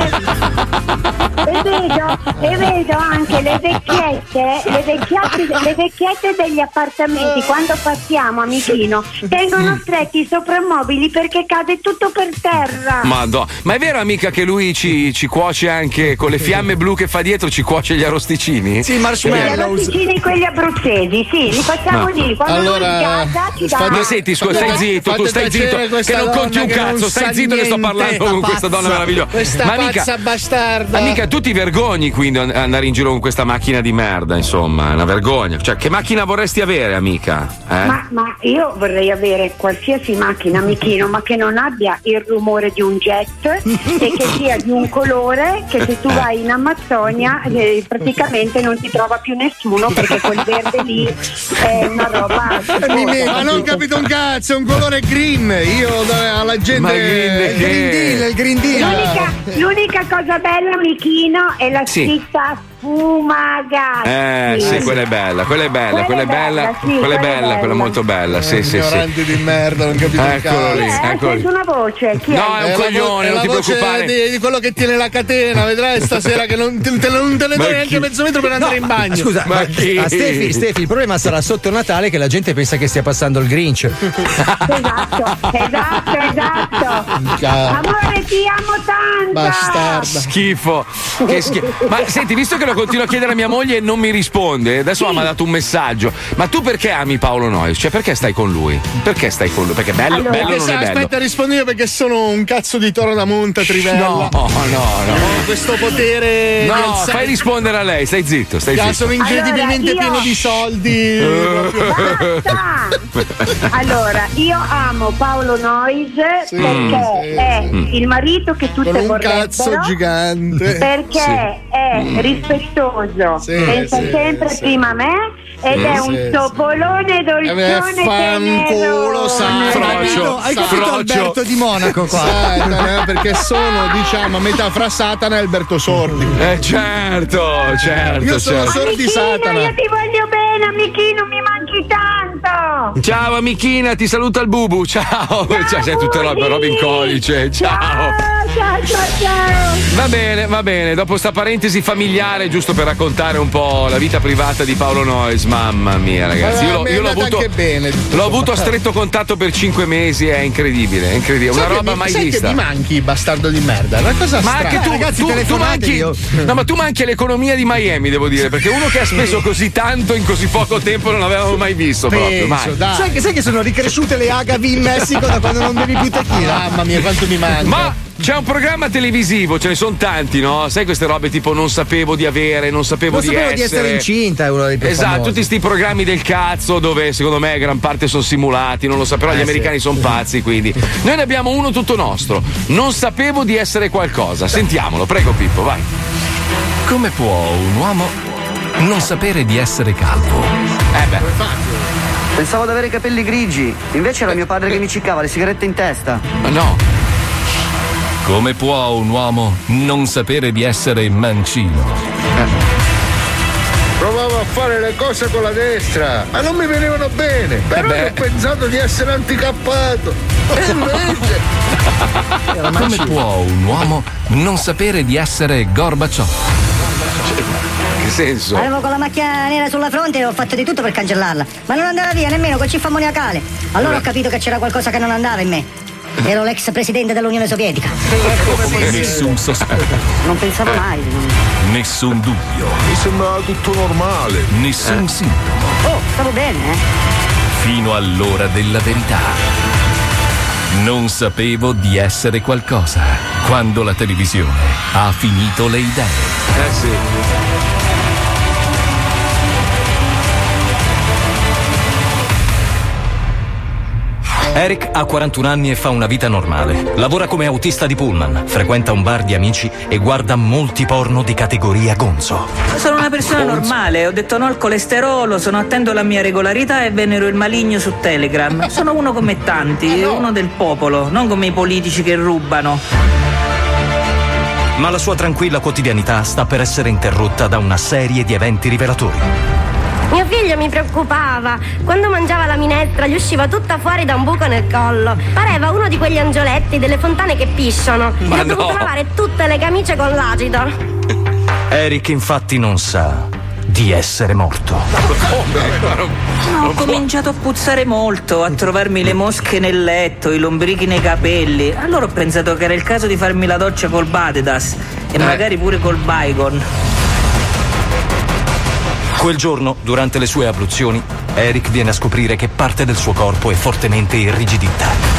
e vedo, e vedo anche le vecchiette, le vecchiette, le vecchiette degli appartamenti quando passiamo, Amichino, tengono stretti i soprammobili perché cade tutto per terra. Madò. Ma è vero, amica, che lui ci, ci cuoce anche con le fiamme blu che fa dietro, ci cuoce gli arrosticini? Sì, Gli arrosticini quelli abruzzesi, sì, li facciamo No. lì. Quando Allora- noi guarda, ti dà- Ma senti, scusa, stai zitto, tu stai zitto, che non conti un cazzo, stai zitto che sto parlando con questa donna meravigliosa. Questa Ma mica, pazza bastarda. amica, tu ti vergogni quindi an- andare in giro con questa macchina di merda, insomma, è una vergogna. Cioè, che macchina vorresti avere, amica? Eh? Ma, ma io vorrei avere qualsiasi macchina, amichino, ma che non abbia il rumore di un jet e che sia di un colore che se tu vai in Amazzonia eh, praticamente non ti trova più nessuno, perché quel verde lì è una roba. Ma non ho capito un cazzo, è un colore green. Io da- alla gente. Ma green il green deal, il green deal. L'unica, l'unica cosa bella, amichino, è la Sì. scritta Fumagazzi. Eh, sì, quella è bella, quella è bella, quella è bella, sì, quella è bella, quella è molto bella, sì, sì, sì. Ignorante di merda, non capito un Eccolo cazzo. lì, Eh, eccolo lì. sento una voce. Chi No, è? è un la vo- coglione, è non la ti voce preoccupare. Di, di quello che tiene la catena, vedrai stasera che non te, te- non te ne Ma dai neanche chi? mezzo metro per andare in bagno. Scusa, Ma ma, chi? ma Stefi, Stefi, il problema sarà sotto Natale che la gente pensa che stia passando il Grinch. Esatto, esatto, esatto. Minchia. Amore, ti amo tanto. Bastarda. Schifo. Che schifo. Ma senti, visto che lo continuo a chiedere a mia moglie e non mi risponde, adesso mi ha dato un messaggio. Ma tu perché ami Paolo Noyes? Cioè, perché stai con lui? Perché stai con lui? Perché bello, Allora, bello Perché non se- è bello. aspetta, rispondo io perché sono un cazzo di toro da monta trivella. No, no, no. Ho questo potere. di No, alzare- fai rispondere a lei, stai zitto, stai Cazzo, zitto. sono incredibilmente Allora, io- pieno di soldi. Basta. Allora, io amo Paolo Noyes Sì, perché sì, è sì. il marito che tutte Con un vorrebbero. cazzo gigante. Perché è rispettoso, Sì, pensa sì, sempre sì. prima a me ed Sì, è sì, un sì. topolone Eh, dolcione fanculo, sai. Hai capito, hai capito Frocio. Alberto di Monaco qua? Satana, perché sono, diciamo, a metà fra Satana e Alberto Sordi. Eh certo, certo, Io sono certo. sordi Amichino, Satana. io ti voglio bene, amichino, mi manchi tanto. Ciao amichina, ti saluta il Bubu, ciao. Ciao, sei tutte robe, robe in codice, ciao. Ciao, ciao, ciao. Va bene, va bene, dopo sta parentesi familiare, giusto per raccontare un po' la vita privata di Paolo Noyes, mamma mia ragazzi, io, l'ho- Mi è io l'ho andata avuto, anche bene. l'ho avuto a stretto contatto per cinque mesi, è incredibile, è incredibile, una Sai che roba mi- mai sai vista. che mi manchi, bastardo di merda? È una cosa Ma strana. anche tu, ragazzi, tu, tu telefonatevi, manchi, io. no, ma tu manchi l'economia di Miami, devo dire, perché uno che ha speso così tanto in così poco tempo non l'avevamo mai visto proprio, mai. Penso, dai. Sai che, sai che sono ricresciute le agavi in Messico da quando non bevi più tequila? Mamma mia, quanto mi manca. Ma c'è un programma televisivo, ce ne sono tanti, no? Sai queste robe tipo non sapevo di avere, non sapevo, Non di, sapevo essere. di essere incinta, è uno dei più Esatto, famosi. tutti sti programmi del cazzo dove secondo me gran parte sono simulati, non lo so, però Eh, gli sì. americani sono pazzi, quindi. Noi ne abbiamo uno tutto nostro. Non sapevo di essere qualcosa. Sentiamolo, prego Pippo, vai. Come può un uomo non sapere di essere calvo? Eh beh. Pensavo di avere i capelli grigi, invece era mio padre che mi ciccava le sigarette in testa. Ma no. Come può un uomo non sapere di essere mancino? Provavo a fare le cose con la destra, ma non mi venivano bene. Però beh. ho pensato di essere anticappato. E invece. Come può un uomo non sapere di essere Gorbaciov? Che senso? Avevo con la macchia nera sulla fronte e ho fatto di tutto per cancellarla, ma non andava via nemmeno col ciffa ammoniacale. Allora ho capito che c'era qualcosa che non andava in me. Ero l'ex presidente dell'Unione Sovietica. Nessun sospetto, Non pensavo mai. nessun dubbio, Mi sembrava tutto normale. nessun sintomo, Oh, stavo bene, eh? fino all'ora della verità. Non sapevo di essere qualcosa quando la televisione ha finito le idee. Eh sì. Eric ha quarantuno anni e fa una vita normale. Lavora come autista di pullman, frequenta un bar di amici e guarda molti porno di categoria gonzo. Sono una persona normale, ho detto no al colesterolo, sono attento alla mia regolarità e venero il maligno su Telegram. Sono uno come tanti, uno del popolo, non come i politici che rubano. Ma la sua tranquilla quotidianità sta per essere interrotta da una serie di eventi rivelatori. Mio figlio mi preoccupava. Quando mangiava la minestra gli usciva tutta fuori da un buco nel collo. Pareva uno di quegli angioletti delle fontane che pisciano. Ma Gli ho dovuto no. lavare tutte le camicie con l'acido. Eric infatti non sa di essere morto. Ho cominciato a puzzare molto, a trovarmi le mosche nel letto, i lombrichi nei capelli. Allora ho pensato che era il caso di farmi la doccia col Badedas e magari pure col Baygon. Quel giorno, durante le sue abluzioni, Eric viene a scoprire che parte del suo corpo è fortemente irrigidita.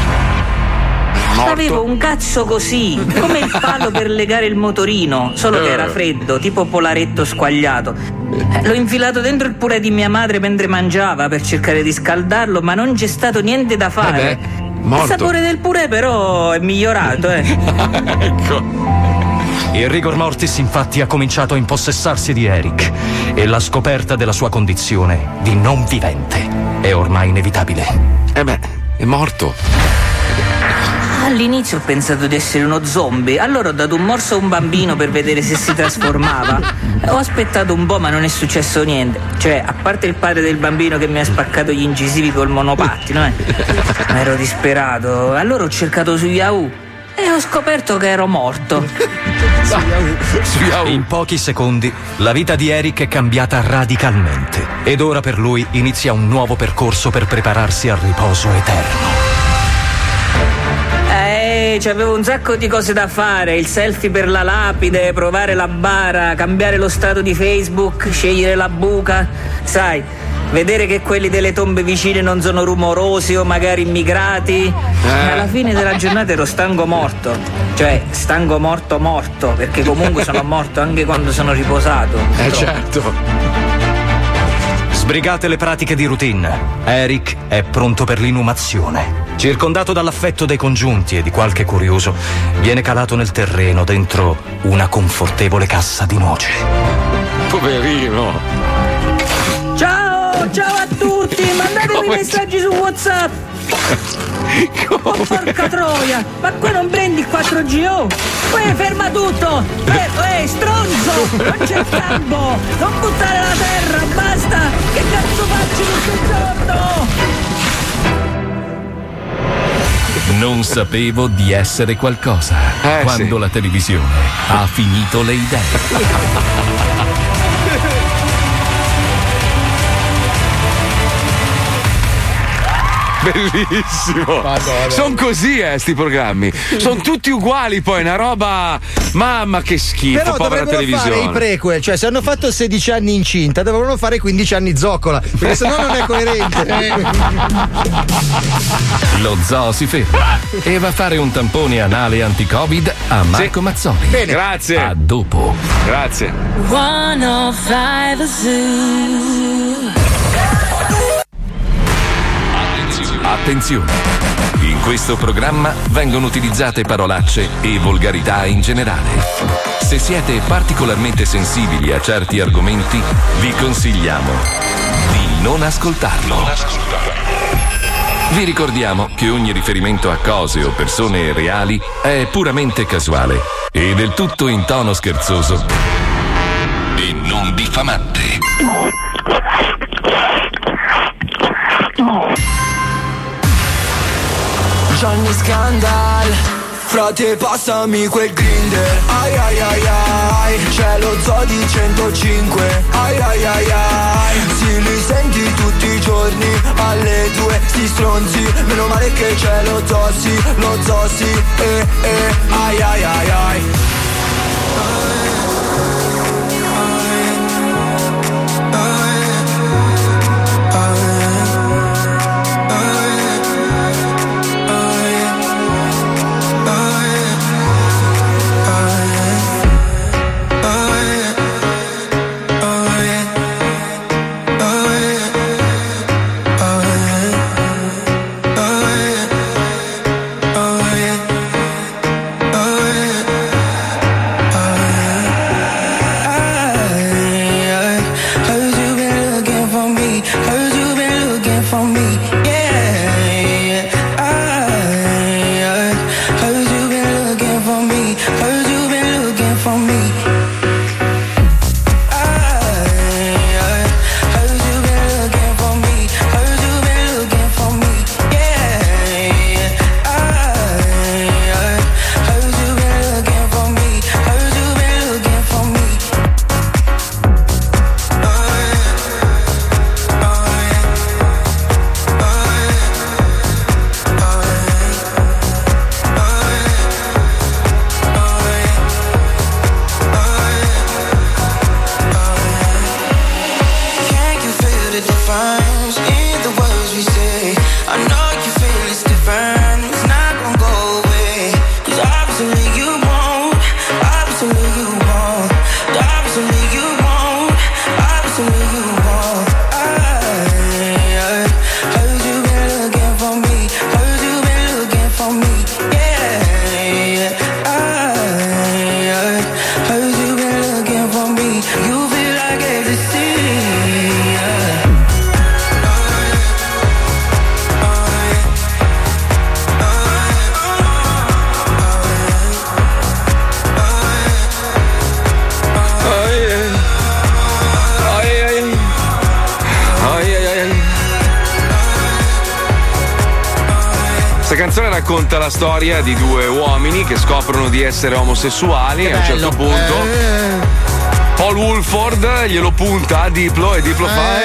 Avevo un cazzo così, come il palo per legare il motorino, solo che era freddo, tipo polaretto squagliato. L'ho infilato dentro il purè di mia madre mentre mangiava per cercare di scaldarlo, ma non c'è stato niente da fare. Eh beh, morto. Il sapore del purè però è migliorato, eh. Ecco. Il rigor mortis infatti ha cominciato a impossessarsi di Eric e la scoperta della sua condizione di non vivente è ormai inevitabile. Eh beh, è morto. All'inizio ho pensato di essere uno zombie, allora ho dato un morso a un bambino per vedere se si trasformava. Ho aspettato un po', ma non è successo niente. Cioè, a parte il padre del bambino che mi ha spaccato gli incisivi col monopattino, eh. Ma ero disperato. Allora ho cercato su Yahoo e ho scoperto che ero morto. In pochi secondi la vita di Eric è cambiata radicalmente ed ora per lui inizia un nuovo percorso per prepararsi al riposo eterno. Eh, c'avevo un sacco di cose da fare, il selfie per la lapide, provare la bara, cambiare lo stato di Facebook, scegliere la buca, sai, vedere che quelli delle tombe vicine non sono rumorosi o magari immigrati. Eh. Alla fine della giornata ero stanco morto, cioè stanco morto morto, perché comunque sono morto anche quando sono riposato. Eh certo. Sbrigate le pratiche di routine. Eric è pronto per l'inumazione. Circondato dall'affetto dei congiunti e di qualche curioso, viene calato nel terreno dentro una confortevole cassa di noce. Poverino. Ciao, ciao a tutti, mandatemi messaggi su WhatsApp. Oh, porca troia, ma qua non prendi il quattro G O? Poi ferma tutto! Ehi, stronzo! Non c'è il campo! Non buttare la terra, basta! Che cazzo faccio tutto il giorno? Non sapevo di essere qualcosa eh, quando sì. la televisione ha finito le idee. Bellissimo. Sono così, eh, sti programmi. Sono tutti uguali, poi una roba. Mamma che schifo, Però povera dovrebbero televisione. fare i prequel, cioè se hanno fatto sedici anni incinta, dovevano fare quindici anni zoccola, perché sennò non è coerente. Lo zoo si ferma e va a fare un tampone anale anti-Covid a Marco Sì. Mazzoli. Bene. Grazie. A dopo. Grazie. centocinque Zoo. Attenzione! In questo programma vengono utilizzate parolacce e volgarità in generale. Se siete particolarmente sensibili a certi argomenti, vi consigliamo di non ascoltarlo. Vi ricordiamo che ogni riferimento a cose o persone reali è puramente casuale e del tutto in tono scherzoso e non diffamante. Johnny Scandal, frate passami quel grinder. Ai ai ai ai, c'è lo zoo di centocinque. Ai ai ai ai, si li senti tutti i giorni alle due, sti stronzi. Meno male che c'è lo zoo, sì, lo zoo, sì. Eh eh, ai ai ai ai. canzone racconta la storia di due uomini che scoprono di essere omosessuali e a un certo punto Eh. Paul Woolford glielo punta a Diplo e Diplo fa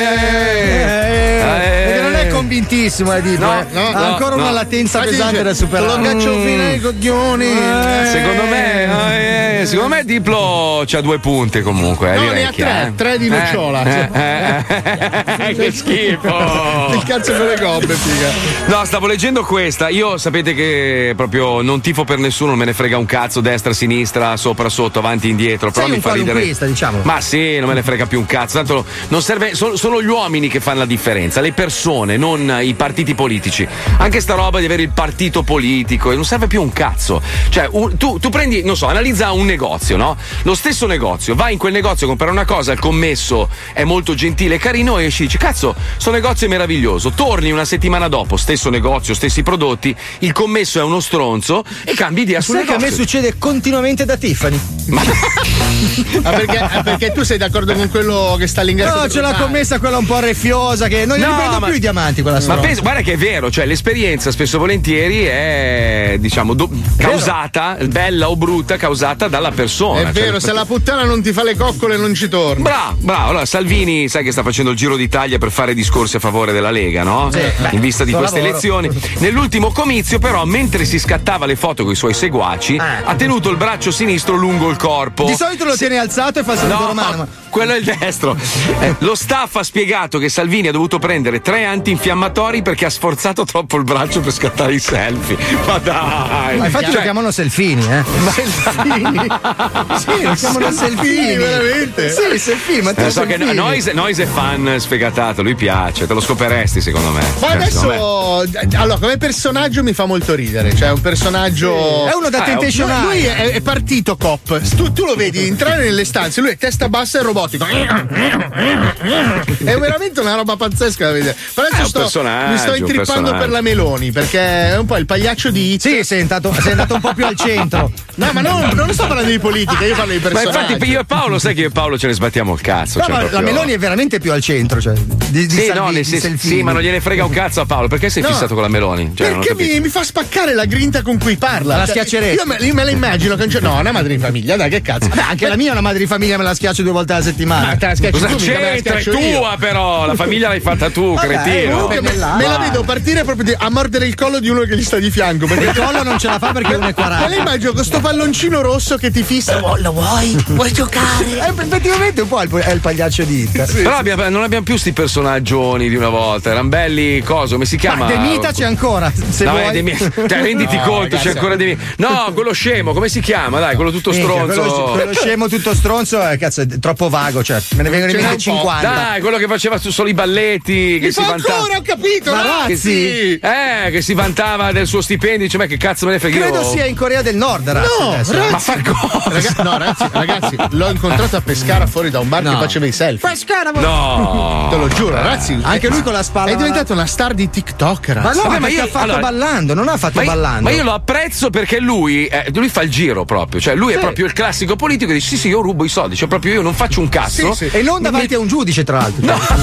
Perché non è convintissimo, eh, Diplo. No, eh. no, ha ancora no. una latenza Infatti pesante dice, da superare. Te lo caccio fino ai coglioni. Eh, secondo me eh, secondo me Diplo c'ha due punte comunque, eh, No, di ne ha vecchia, tre, eh. tre di nocciola. Eh, eh, eh, che schifo. Il cazzo con le gobbe, figa. No, stavo leggendo questa. Io sapete che proprio non tifo per nessuno, non me ne frega un cazzo, destra, sinistra, sopra, sotto, avanti, indietro. Però Sei mi un fa ridere. qualunquista, diciamo. Ma sì, non me ne frega più un cazzo. Tanto non serve. Sono, sono gli uomini che fanno la differenza, le persone, non i partiti politici. Anche sta roba di avere il partito politico, non serve più un cazzo. Cioè, un, tu, tu prendi, non so, analizza un negozio, no? Lo stesso negozio, vai in quel negozio a comprare una cosa, il commesso è molto gentile e carino, e esci e dici, cazzo, sto negozio è meraviglioso. Torni una settimana dopo, stesso negozio, stessi prodotti, il commesso è uno stronzo e cambi idea sul Sai che a negozio. me succede continuamente da Tiffany. Ma Ah, perché, ah, perché tu sei d'accordo con quello che sta all'ingresso? No, c'è la commessa quella un po' refiosa che non No, gli prendo ma- più i diamanti quella Ma storia. penso, guarda che è vero, cioè l'esperienza spesso e volentieri è, diciamo, do- causata, bella o brutta, causata dalla persona. È Cioè, vero, se la puttana non ti fa le coccole non ci torna. Bravo, bravo. Allora, Salvini, sai che sta facendo il giro d'Italia per fare discorsi a favore della Lega, no? Sì, beh, in vista di suo queste lavoro. elezioni. Nell'ultimo comizio, però, mentre si scattava le foto con i suoi seguaci, ha tenuto il braccio sinistro lungo il corpo. Di solito lo tiene alzato e fa il saluto No, romano. Ma... quello è il destro. Eh, lo staff ha spiegato che Salvini ha dovuto prendere tre antinfiammatori perché ha sforzato troppo il braccio per scattare i selfie. Ma dai! Ma infatti Cioè, lo chiamano Selfini, eh? Selfini? Sì, lo chiamano Selfini. veramente? Sì, Selfini, ma eh, te so che no- Noise, Noise è fan sfegatato, lui piace, te lo scoperesti secondo me. Ma Cioè, secondo me- adesso, allora, come personaggio mi fa molto ridere. Cioè, è un personaggio. È uno da Ah, Temptation un- Lui Island. è, è partito cop. Tu, tu lo vedi entrare nelle stanze, lui è testa bassa e robotico. È veramente una roba pazzesca da vedere. Però È adesso un sto, personaggio, mi sto un intrippando personaggio. per la Meloni, perché è un po' il pagliaccio di Hit. Sì, sei andato, sei andato un po' più al centro. No, ma non, non sto parlando di politica, io parlo di Ma personaggi. infatti io e Paolo, sai che io e Paolo ce ne sbattiamo il cazzo. No, cioè, ma proprio- la Meloni è veramente più al centro, cioè. Di, di Sì, Salvini, no, nel di senso- Selfini. sì, ma non gliene frega un cazzo a Paolo. Perché sei No. fissato con la Meloni? Cioè, non ho Perché capito. mi, mi fa spaccare la grinta con cui parla. La Cioè, schiacceresti. Io me, io me la immagino che no, una madre di famiglia, dai, che cazzo. Beh, anche la mia è una madre di famiglia, me la schiaccio due volte alla settimana. Ma te la schiacci Cosa tu, mica me la c'entra? È schiaccio io. tua, però. La famiglia l'hai fatta tu, Vabbè, cretino. comunque Me, là, me la vai. vedo partire proprio di- a mordere il collo di uno che gli sta di fianco. Perché Il collo non ce la fa perché è uno e quaranta. Me la immagino con sto palloncino rosso che ti fissa. Oh, lo vuoi? Vuoi giocare? Eh, effettivamente un po' è il, è il pagliaccio di Hit. Però abbiamo- non abbiamo più sti personaggioni di una volta. Erano belli, cosa? Come si chiama? Ma De Mita c'è ancora, se no, vuoi. è De Mi- cioè, renditi No, conto, ragazzi. c'è ancora De Mi- No, quello scemo, come si chiama? Dai, quello tutto Minchia, stronzo. quello, quello scemo tutto stronzo è, cazzo, è troppo vago, cioè me ne vengono in Ce n'è mente un po'. cinquanta. Dai, quello che faceva su- solo i balletti. Che Mi si fa vantava. ancora, ho capito, Ma Razzi. Razzi? Sì. Eh, che si vantava del suo stipendio. Dice, ma che cazzo me ne frega Credo io? sia in Corea del Nord, Razzi, No, adesso. Razzi. Ma fa cosa? Raga- no, ragazzi, ragazzi, l'ho incontrato a Pescara fuori da un bar No. che faceva i selfie. No. Te lo giuro, ragazzi. Anche lui con la spalla. È diventato una star di TikTok, ragazzi. Ma no, Vabbè, ma ma perché io- ha fatto allora- ballando, non ha fatto Ma io, ballando. ma io lo apprezzo perché lui, eh, lui fa il giro proprio, cioè lui è proprio il classico politico che dice sì sì io rubo i soldi, cioè proprio io non faccio un cazzo. Sì, sì. E non davanti a un giudice, tra l'altro.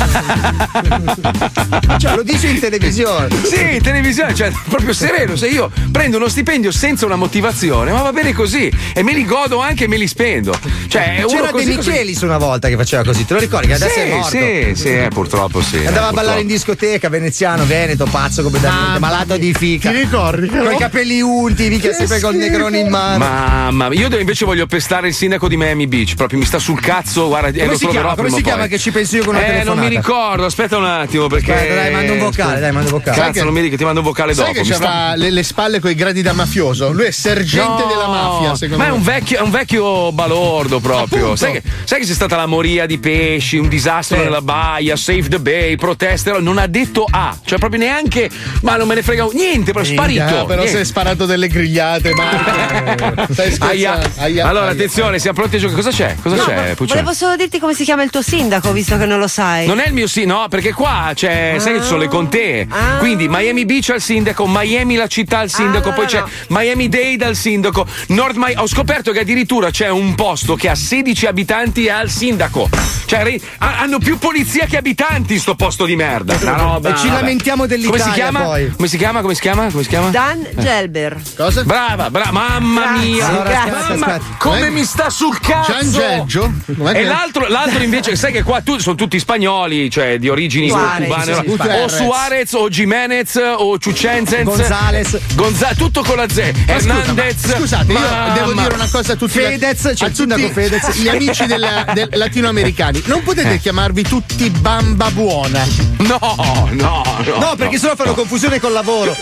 Cioè, lo dice in televisione. Sì, in televisione, cioè proprio sereno, se io prendo uno stipendio senza una motivazione, ma va bene così e me li godo anche e me li spendo. Cioè, uno C'era De così, così- Michelis una volta che faceva così, te lo ricordi? Che adesso sì, è morto. Sì, sì, eh, purtroppo sì. Andava eh, a ballare purtroppo. in discoteca, veneziano, veneto, pazzo come da niente, malato di fica. Ti ricordi? Con i capelli unti, mica Che sempre col schifo. negrone in mano. Mamma mia, io invece voglio pestare il sindaco di Miami Beach, proprio mi sta sul cazzo, guarda, e Come lo si troverò chiama? Come prima si o poi. chiama che ci penso io con una Eh, non telefonata? mi ricordo, aspetta un attimo perché. Aspetta, dai, mando un vocale, dai, mando un vocale. Cazzo, Sai che- non mi dico, ti mando un vocale Sai dopo. che mi sta- c'aveva le, le spalle coi gradi da mafioso? Lui è sergente No, della mafia, secondo ma me. è un vecchio, è un vecchio balordo proprio. Appunto. Sai che, sai che c'è stata la moria di pesci, un disastro nella baia, Save the Bay, proteste, non ha detto A, cioè proprio neanche, ma non me ne frega niente, proprio sparito. Minchia, però niente. si è sparato delle grigliate, Marco. Stai scherzando? Aia, Aia, Allora, attenzione, siamo pronti a giocare. Cosa c'è? Cosa No, c'è, Puccioni? volevo solo dirti come si chiama il tuo sindaco, visto che non lo sai. Non è il mio sì, no, perché qua c'è, sai che ci sono le contee. Ah. Quindi Miami Beach al sindaco, Miami la città al sindaco, Ah, no, poi no, c'è no. Miami Dade al sindaco. Nord Mi- ho scoperto che addirittura c'è un posto che ha sedici abitanti e ha il sindaco. Cioè, ri- ha- hanno più polizia che abitanti sto posto di merda. Una roba. E ci vabbè. lamentiamo dell'Italia, Come si chiama? poi. Come si chiama? Come si chiama? Come si chiama? Dan Gelber. Cosa? Brava, brava, mamma Grazie, mia. allora, Mamma, aspetta, aspetta. come Com'è? mi sta sul cazzo. Gian Gelgio? Com'è E che- l'altro, l'altro invece, sai che qua tu, sono tutti spagnoli, cioè di origini Suarez, cubane, sì, sì, o Suarez. Suarez o Jimenez o Ciucenzens, Gonzales. Gonza- tutto con la Z. Ma scusa, Hernandez. ma scusate, io Mamma. devo dire una cosa a tutti, Fedez, c'è a il tutti sindaco Fedez. gli amici della- del- latinoamericani. Non potete Eh. chiamarvi tutti Bamba Buona. No, no, no. No, perché sennò fanno confusione col lavoro.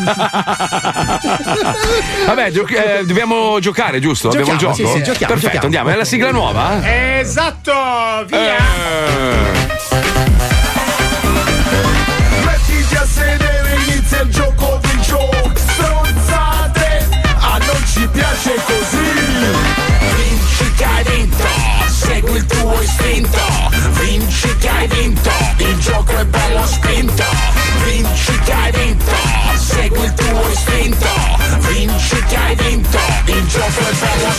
Vabbè, gio- eh, dobbiamo giocare, giusto? Abbiamo il Giochiamo, gioco? sì, sì, giochiamo, Perfetto, giochiamo. andiamo. È la sigla nuova? Esatto, via. Eh. Mettiti a sedere, inizia il gioco dei giochi. Stronzate, a non ci piace così. Vinci che hai vinto, segui il tuo istinto. Vinci che hai vinto, il gioco è bello spinto. Vinci che hai vinto, segui il tuo istinto. Vinci che hai vinto, il gioco è bello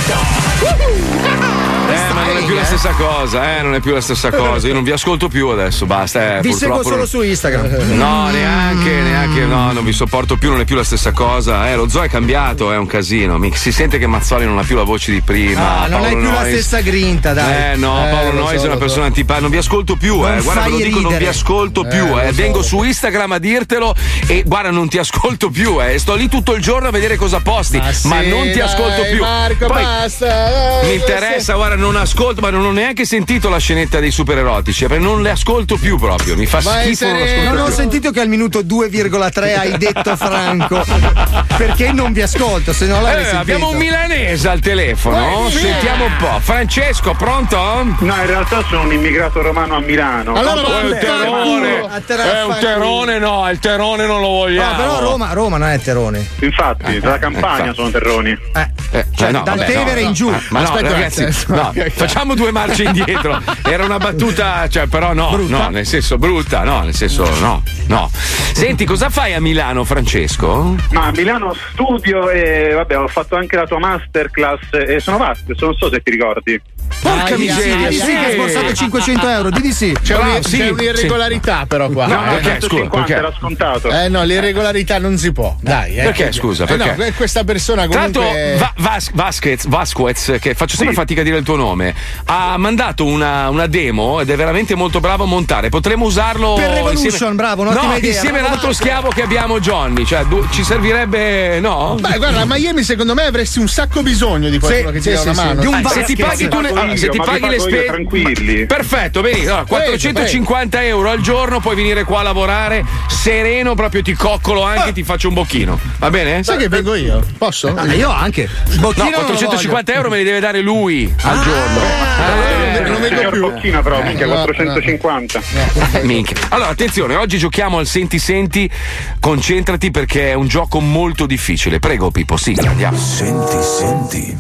spinto. Eh, ma non è più la stessa cosa, eh, non è più la stessa cosa. Io non vi ascolto più adesso, basta. Eh, Vi purtroppo seguo solo non- su Instagram. No, neanche, neanche, no, non vi sopporto più, non è più la stessa cosa. Eh, lo zoo è cambiato, è un casino. Mi- si sente che Mazzoli non ha più la voce di prima. Ah, non Paolo hai più la Noyes- stessa grinta, dai. Eh no, Eh, Paolo lo Noyes so, è una lo persona so. antipatica, non vi ascolto più, Non eh. Guarda, ve lo fai dico, non vi ridere. ascolto più, Eh, eh. lo so, Vengo lo su Instagram a dirtelo e guarda, non ti ascolto più, eh. Sto lì tutto il giorno a vedere cosa posti, ma, sì, non ti dai, ascolto più. Marco, Poi, basta. Eh, mi interessa, guarda, non ascolto, ma non ho neanche sentito la scenetta dei super erotici, perché non le ascolto più proprio. Mi fa Vai, schifo, non sereno. ascolto Non ho più. sentito che al minuto due virgola tre hai detto Franco. Perché non vi ascolto, se no l'avrei Eh, sentito. abbiamo un milanese al telefono. Eh, sì. Sentiamo un po'. Francesco, pronto? No, in realtà sono un immigrato romano a Milano. Allora Oh, è un va, terone. A te la È un fai terone, no, il terone non lo vogliamo. No, però Roma, Roma non è Terone. Infatti, dalla campagna sono terroni. Eh, Cioè, no, dal vabbè, Tevere no, in giù. no, Ma no, Aspetta, ragazzi, aspetta. no, facciamo due marce indietro. Era una battuta, cioè, però no, no, nel senso brutta, no, nel senso no, no. Senti, cosa fai a Milano, Francesco? Ma a Milano studio e vabbè, ho fatto anche la tua masterclass e sono vaste, non so se ti ricordi. Porca Ah, miseria, Di sì, che hai sborsato cinquecento euro, di di sì. C'è, Bravo, un- sì, c'è un'irregolarità però qua. No, No, perché, centocinquanta scusa, perché? era scontato. Eh no, l'irregolarità non si può. Dai, eh. Perché, scusa, Eh no, perché? que- questa persona Tra l'altro, comunque. Va- Vas- Vasquez, Vasquez, che faccio sempre fatica a dire il tuo nome, ha mandato una, una demo ed è veramente molto bravo a montare. Potremmo usarlo Per Revolution, insieme, bravo, un'ottima no, idea, insieme bravo, all'altro Marco. schiavo che abbiamo, Johnny. Cioè, du- ci servirebbe, no? Beh, guarda, a Miami secondo me avresti un sacco bisogno di qualcuno Sì, che sì, ti dà sì, una sì. mano. Di un Ah, se ti basket. paghi tu le, Io, allora, se ti ma vi paghi le pago io, spese, tranquilli. perfetto, benissimo. Allora, quattrocentocinquanta euro al giorno, puoi venire qua a lavorare sereno, proprio ti coccolo anche, ti faccio un bocchino. Va bene? Sai che vengo io? Posso? Ah, io anche. No, Bocchino non lo quattrocentocinquanta euro me li deve dare lui al giorno. Eh, Eh, non vengo Signor più. Bocchina però, minchia, no, quattrocentocinquanta. Minchia. Allora, attenzione, oggi giochiamo al Senti Senti. Concentrati perché è un gioco molto difficile. Prego, Pippo, sigla, andiamo. Senti, senti.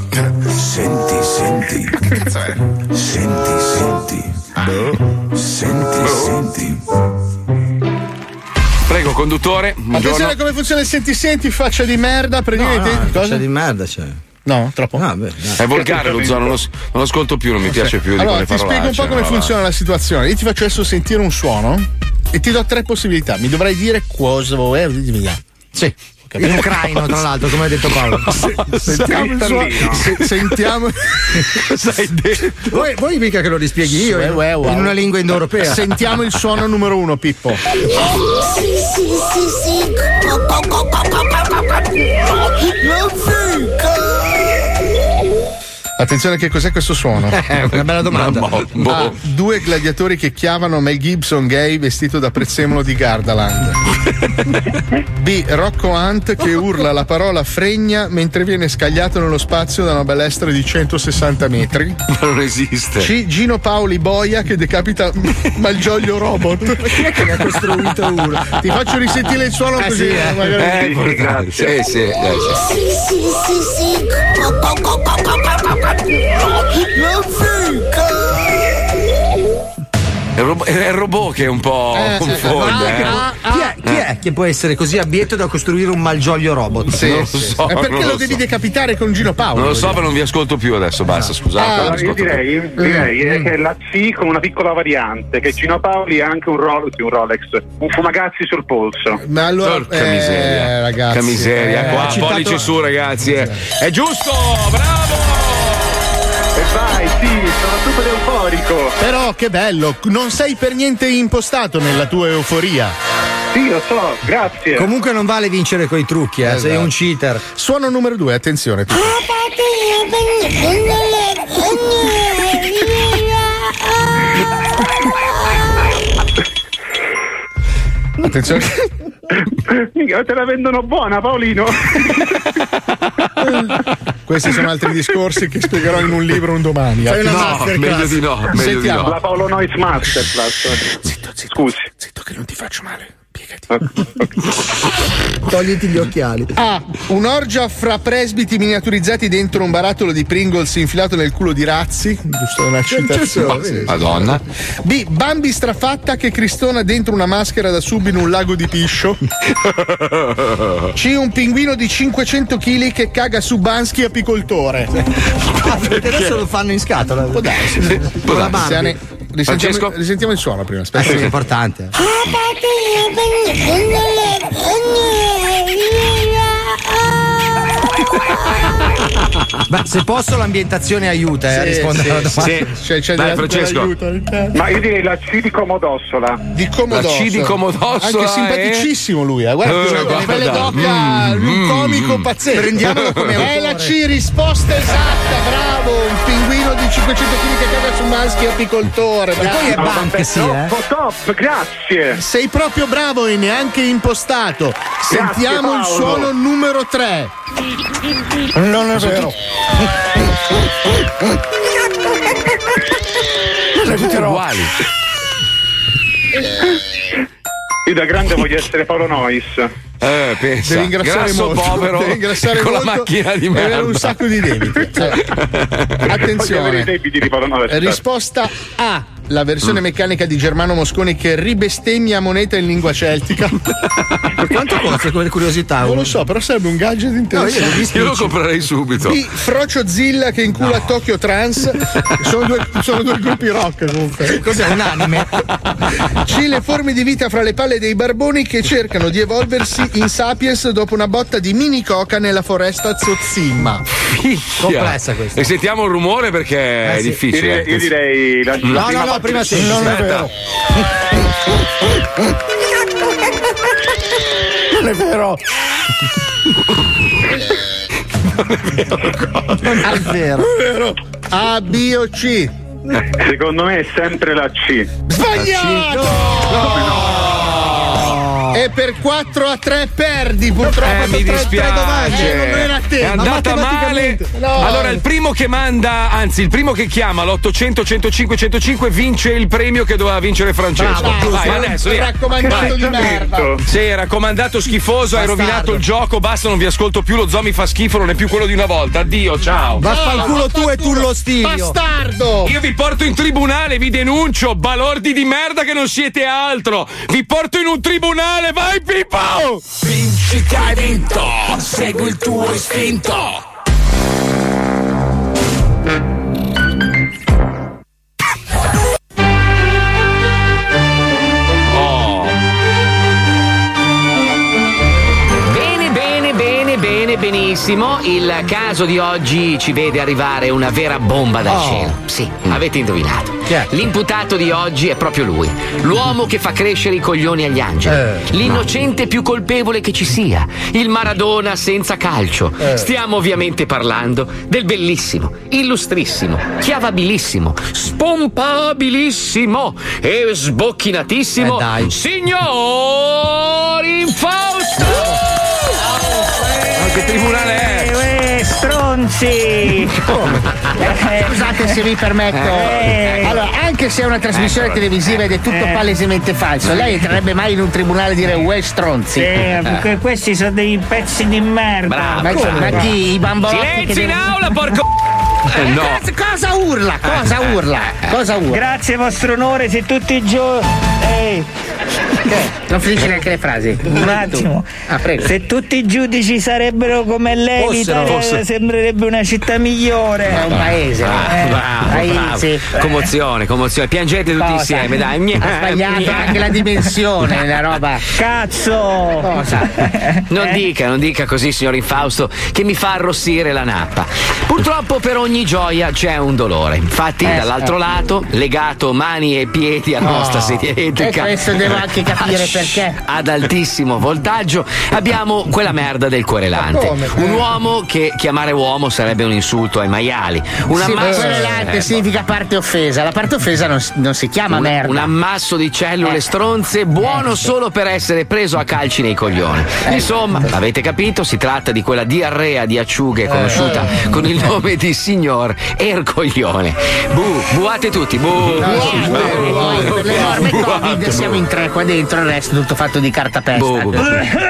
Senti, senti. Senti, senti. Senti, senti. Prego, conduttore. Attenzione Buongiorno. come funziona il senti senti, faccia di merda, praticamente. No, no, Cosa? faccia di merda, cioè. No, troppo. Ah, beh, dai. È volgare lo zoo, non lo, non lo ascolto più, non mi piace più di Allora, quelle ti spiego un parolacce. po' come no, funziona la situazione. Io ti faccio adesso sentire un suono e ti do tre possibilità. Mi dovrai dire cosa vuoi. Sì. In ucraino, tra l'altro, come ha detto Paolo. Sentiamo il suono. Se- sentiamo. Cosa hai detto? Voi, voi mica che lo rispieghi io Uè, in, uè, uè. in una lingua indoeuropea. Sentiamo il suono numero uno, Pippo. Sì, sì, sì, sì. La fica. Attenzione, che cos'è questo suono? Eh, una bella domanda. Boh, boh. A. Due gladiatori che chiavano Mel Gibson gay vestito da prezzemolo di Gardaland. B. Rocco Hunt che urla la parola fregna mentre viene scagliato nello spazio da una balestra di centosessanta metri. Non esiste. C. Gino Paoli Boia che decapita Malgioglio Robot. Ma chi è che ne ha costruito uno? Ti faccio risentire il suono Eh, così. sì, eh. magari- Eh, importante. Sì, sì, dai, sì. Sì, sì, sì, sì. La fica! È il robot, è il robot che un po' Eh, sì. confonde. Ah, eh. ah, ah. Chi è, chi è che può essere così abietto da costruire un Malgioglio robot? Sì, Non lo sì. so, È perché non lo, lo devi so. decapitare con Gino Paolo. Non lo so, ma non vi ascolto più adesso. Basta, scusate. Ah, non Allora, io ascolto direi, più. direi Mm. eh, che la C con una piccola variante, che Gino Paoli ha anche un Rolex, un Rolex, un fumagazzi sul polso. Ma allora, Porca eh, miseria, ragazzi, Porca miseria, eh, qua, ha citato- pollice su, ragazzi. eh. È giusto, bravo! E vai, sì, sono super euforico. Però che bello, non sei per niente impostato nella tua euforia. Sì, lo so, grazie. Comunque non vale vincere coi trucchi, eh, sei Esatto. un cheater. Suono numero due, attenzione. Pippo. Attenzione. Mica te la vendono buona, Paolino. Questi sono altri discorsi che spiegherò in un libro un domani. Fai una No, masterclass. meglio di no, meglio di Sentiamo. no. La Paolo Noise Masterclass. Zitto, zitto. Scusi. Zitto che non ti faccio male. Piegati. Togliti gli occhiali. A. Un'orgia fra presbiti miniaturizzati dentro un barattolo di Pringles infilato nel culo di Razzi. Giusto una citazione. Sì, sì. Madonna. B. Bambi strafatta che cristona dentro una maschera da sub in un lago di piscio. C. Un pinguino di cinquecento chili che caga su Bansky apicoltore. Ah, perché adesso lo fanno in scatola. Può darsi. Con la darsi. Barbie. Risentiamo, Francesco? risentiamo il suono prima. Eh, Aspetta. sì, è importante. Beh, se posso l'ambientazione aiuta eh, a Sì, rispondere sì, alla domanda. Sì. C'è, c'è Dai, della- Francesco. dell'aiuto. Ma io direi la C di Comodossola. Di Comodossola. La C di Comodossola Anche simpaticissimo lui, eh. Guarda, Eh, c'ha guarda. delle belle d'occa, Mm, un mm, comico mm. pazzesco. Prendiamolo come È autore. la C, risposta esatta, bravo. Un pinguino di cinquecento chili che caga su Maschi apicoltore. E poi è Bravo. banca, sì, eh. Troppo top, grazie. Sei proprio bravo e neanche impostato. Sentiamo il Paolo. suono numero tre. Non è vero. Tutti uguali. Io da grande voglio essere Paolo Noise. Eh, pensa. Devi ingrassare Grasso, molto. povero, Devi ingrassare con molto la macchina di e merda. avere un sacco di debiti. Eh. Voglio avere i Attenzione. debiti di Paolo Noise. Risposta A. La versione meccanica di Germano Mosconi che ribestemmia moneta in lingua celtica. Quanto costa come curiosità? Non lo so, però sarebbe un gadget interessante. Io lo comprerei subito. B. Frocio Zilla che incula Tokyo Trans. Sono due, sono due gruppi rock comunque. Cos'è un anime? C. Le forme di vita fra le palle dei barboni che cercano di evolversi in sapiens dopo una botta di mini coca nella foresta Zozzimma. Complessa questa. E sentiamo il rumore perché Eh, è sì. Io difficile. direi, io direi la, la No, prima no, no, parte- prima sì. Non è Aspetta. vero. Non è vero. Non è vero. A, B o C? Secondo me è sempre la C. Sbagliato! E per quattro a tre perdi purtroppo. Eh, mi tre- dispiace. tre domande, non era a te. È Ma andata male. matematicamente- No. Allora, il primo che manda, anzi, il primo che chiama l'ottocento centocinque centocinque vince il premio che doveva vincere Francesco. Bravo, Vai, giusto. adesso, Il via. raccomandato di merda. Sì, raccomandato schifoso, hai Bastardo. rovinato il gioco, basta, non vi ascolto più, lo zoo mi fa schifo, non è più quello di una volta. Addio, ciao. Vaffanculo tu e tu lo stilio. Bastardo! Io vi porto in tribunale, vi denuncio, balordi di merda che non siete altro. Vi porto in un tribunale, vai Pippo! Vinci che hai vinto, segui il tuo istinto. Oh. Bene, bene, bene, bene, benissimo, il caso di oggi ci vede arrivare una vera bomba dal Oh. cielo. Sì, avete indovinato. Chi è? L'imputato di oggi è proprio lui, l'uomo che fa crescere i coglioni agli angeli, Eh, l'innocente più colpevole che ci sia, il Maradona senza calcio. Eh. Stiamo ovviamente parlando del bellissimo, illustrissimo, chiavabilissimo, spompabilissimo e sbocchinatissimo signor Infausto! Che tribunale è? Eh, stronzi! Scusate se mi permetto. Eh. Allora, anche se è una trasmissione televisiva ed è tutto Eh. palesemente falso, lei entrerebbe mai in un tribunale a dire uè stronzi? Eh, perché questi sono dei pezzi di merda. Ma, ma chi? I bambolotti Silenzio che in devono- aula, porco! Eh, No. Cosa, cosa urla? Cosa urla? Cosa urla? Grazie vostro onore, se tutti i giorni. Ehi, Non finisce neanche le frasi. un attimo. Ah, prego. Se tutti i giudici sarebbero come lei, Fossero, l'Italia fossero. sembrerebbe una città migliore. È un paese. Bravo, Eh. bravo, Dai, bravo. sì. Commozione, commozione. Piangete tutti Cosa? insieme, dai. Mia- Ha sbagliato mia- anche la dimensione, la roba. Cazzo! Cosa? Non Eh? dica, non dica così, signor Infausto, che mi fa arrossire la nappa. Purtroppo per ogni gioia c'è un dolore. Infatti, Eh, dall'altro eh. lato, legato mani e piedi alla No. nostra sedia elettrica. E questo devo anche capire Ad- perché. Ad altissimo voltaggio abbiamo quella merda del querelante. Ma come? Un uomo che chiamare uomo sarebbe un insulto ai maiali. Un Sì, ma ammasso- querelante eh, significa parte offesa. La parte offesa non, si- non si chiama un, merda. un ammasso di cellule Eh. stronze buono Eh, sì. solo per essere preso a calci nei coglioni. Insomma, avete capito? Si tratta di quella diarrea di acciughe conosciuta con il nome di signor Ercoglione. Bu, buate tutti, bu. No, bu, sì, bu, beh, poi bu, per le bu, norme bu, Covid bu. siamo in tre qua dentro, il resto è tutto fatto di cartapesta. Bu, bu, bu.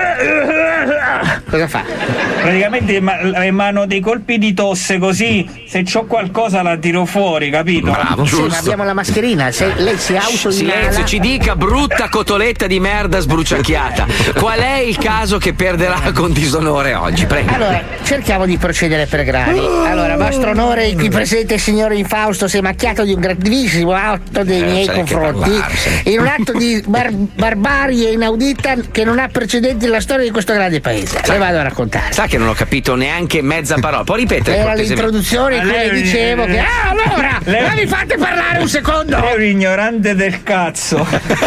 Cosa fa? Praticamente ma- emanano dei colpi di tosse così, se c'ho qualcosa la tiro fuori, capito? Bravo, Sì, ma giusto. abbiamo la mascherina, se lei si auto Silenzio, ci dica, brutta cotoletta di merda sbruciacchiata. Qual è il caso che perderà con disonore oggi? Prego. Allora, cerchiamo di procedere per gradi. Allora, vostro onore, qui presente signore Infausto, si è macchiato di un gravissimo atto dei Eh, miei sai che confronti, parlare, sì. in un atto di bar- barbarie inaudita che non ha precedenti nella storia di questo grande paese. Le vado a raccontare. Sa che non ho capito neanche mezza parola. Può ripetere Era cortesemente? l'introduzione in cui lei- le dicevo che. Ah, allora! lei- Ma mi fate parlare un secondo! È un ignorante del cazzo.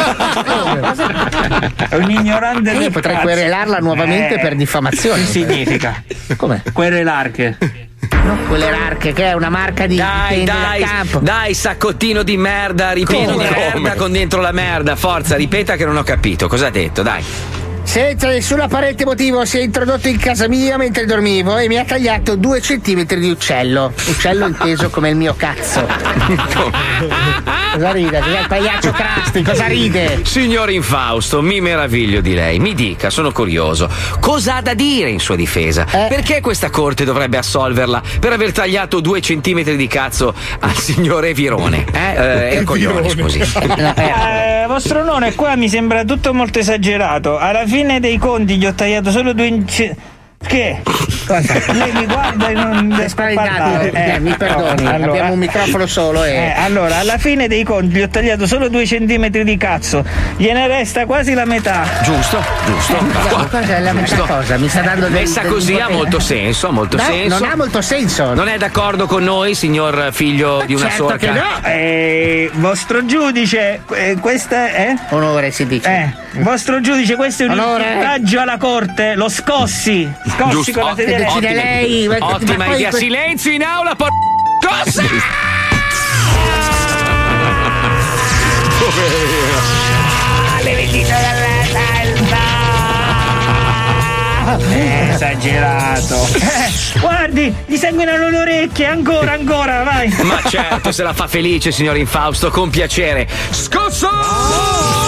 È un ignorante Io del potrei cazzo. querelarla nuovamente Eh, per diffamazione. Che significa? Come? Querelarche. No, quell'erarche che è una marca di Dai, tende dai, da campo. dai, saccottino di merda, ripieno Come? di merda Come? con dentro la merda. Forza, ripeta che non ho capito. Cosa ha detto? Dai. Senza nessun apparente motivo si è introdotto in casa mia mentre dormivo e mi ha tagliato due centimetri di uccello. Uccello inteso come il mio cazzo. Cosa ride? Cos'è il pagliaccio Crasti? Cosa ride? Signor Infausto, mi meraviglio di lei. Mi dica, sono curioso. Cosa ha da dire in sua difesa? Eh. Perché questa corte dovrebbe assolverla per aver tagliato due centimetri di cazzo al signore Virone? Eh, eh, il coglione, scusi. Eh, vostro onore, qua mi sembra tutto molto esagerato. Alla fine dei conti gli ho tagliato solo due inci... Che? Cosa? Lei mi guarda e non È riesco a parlare. spaventato. Eh, mi perdoni, abbiamo un microfono solo e. Eh, allora, alla fine dei conti gli ho tagliato solo due centimetri di cazzo. Gliene resta quasi la metà. Giusto, giusto. Ma cos'è la metà Giusto. cosa? Mi sta dando del, Messa del così ha impotente. molto senso, ha molto No, senso. non ha molto senso. Non è d'accordo con noi, signor figlio di una certo sorca? che no. Eh, vostro giudice, eh, questa è. Onore si dice. Eh, vostro giudice, questo è un Onore. insultaggio alla corte. Lo scossi. Scossi Giusto. con la sedia Che decide elettrica. lei. ma- Ottima ma poi idea. que- Silenzio in aula, por... Cosa? Le vendite dall'alba. Esagerato. Eh, guardi, gli sanguinano le orecchie. Ancora, ancora, vai. Ma certo, se la fa felice, signor Infausto, con piacere. Scosso!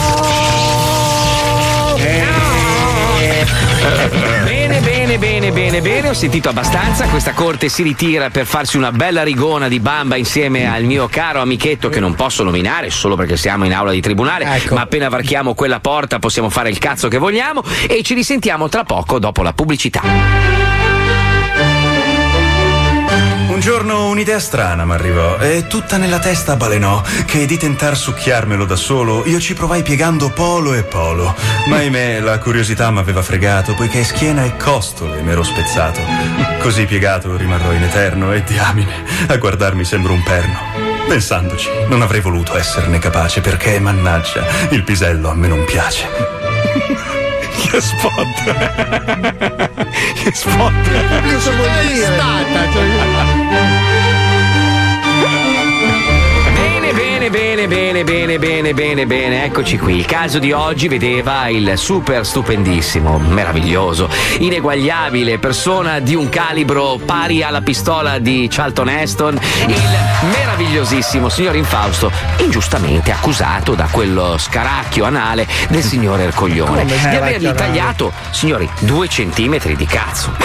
Bene, bene, bene, bene, bene, ho sentito abbastanza. Questa corte si ritira per farsi una bella rigona di bamba insieme al mio caro amichetto che non posso nominare solo perché siamo in aula di tribunale, Ecco. ma appena varchiamo quella porta possiamo fare il cazzo che vogliamo e ci risentiamo tra poco dopo la pubblicità. Un giorno un'idea strana mi arrivò e tutta nella testa balenò che di tentar succhiarmelo da solo io ci provai piegando polo e polo. Ma ahimè la curiosità m'aveva fregato poiché schiena e costole m'ero spezzato. Così piegato rimarrò in eterno e diamine, a guardarmi sembro un perno. Pensandoci, non avrei voluto esserne capace perché, mannaggia, il pisello a me non piace. Che spot! Che spot! Cosa vuol dire? Stata, cioè... Bene, bene, bene, bene, bene, bene, bene, eccoci qui. Il caso di oggi vedeva il super stupendissimo, meraviglioso, ineguagliabile persona di un calibro pari alla pistola di Charlton Heston, il meravigliosissimo signor Infausto, ingiustamente accusato da quello scaracchio anale del signor Ercoglione Come di avergli tagliato, signori, due centimetri di cazzo.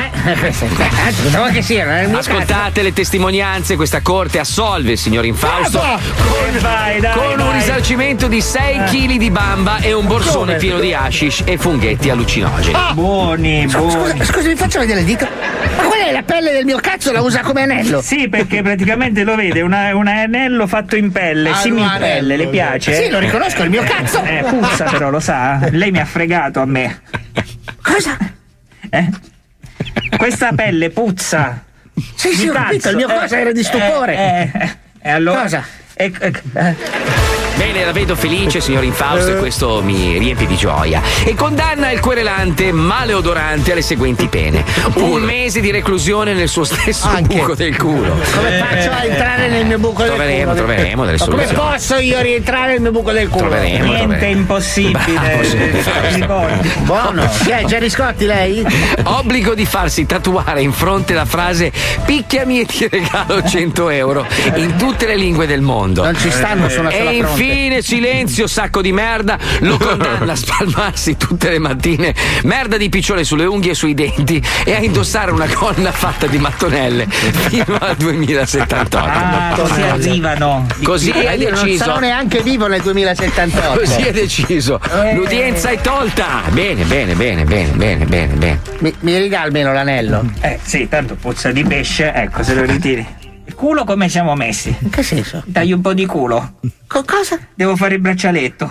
che sia, Ascoltate le testimonianze, questa corte assolve il signor Infausto con, vai, dai, con un vai. risarcimento di sei chili di bamba e un borsone Come? pieno di hashish e funghetti allucinogeni. Ah, buoni, buoni. Scusa, scusa, mi faccio vedere il dito. Ma qual è la pelle del mio cazzo? La usa come anello? Sì, perché praticamente lo vede, una- un anello fatto in pelle, Ah, similpelle, un le piace? Sì, lo riconosco, è il mio cazzo. Eh, puzza però, lo sa? Lei mi ha fregato a me. Cosa? Eh? Questa pelle puzza. Sì, sì, Di ho capito, cazzo. il mio Eh, cosa era di stupore. Eh, eh, e allora? Cosa? Eh, eh, eh. Bene, la vedo felice, signor Infausto, e questo mi riempie di gioia. E condanna il querelante maleodorante alle seguenti pene: un mese di reclusione nel suo stesso buco del culo. Come faccio a entrare nel mio buco Troveremo, del culo? troveremo delle Ma come soluzioni. posso io rientrare nel mio buco del culo? Troveremo, Niente troveremo. è impossibile. Ricordi. Buono. Chi è? Gerry Scotti lei? Obbligo di farsi tatuare in fronte la frase "picchiami e ti regalo cento euro" in tutte le lingue del mondo. Non ci stanno su una sola E fronte. infine, silenzio, sacco di merda, lo condanna a spalmarsi tutte le mattine merda di piccione sulle unghie e sui denti e a indossare una gonna fatta di mattonelle fino al duemilasettantotto. Ah, così arrivano. Così Eh, è io non deciso. sarò neanche vivo nel duemilasettantotto. Così è deciso. L'udienza è tolta. Bene, bene, bene, bene, bene, bene, bene. Mi, mi riga almeno l'anello. Eh sì, tanto puzza di pesce, ecco, se lo ritiri. Il culo come siamo messi? In che senso? Dai un po' di culo. Co- cosa? Devo fare il braccialetto.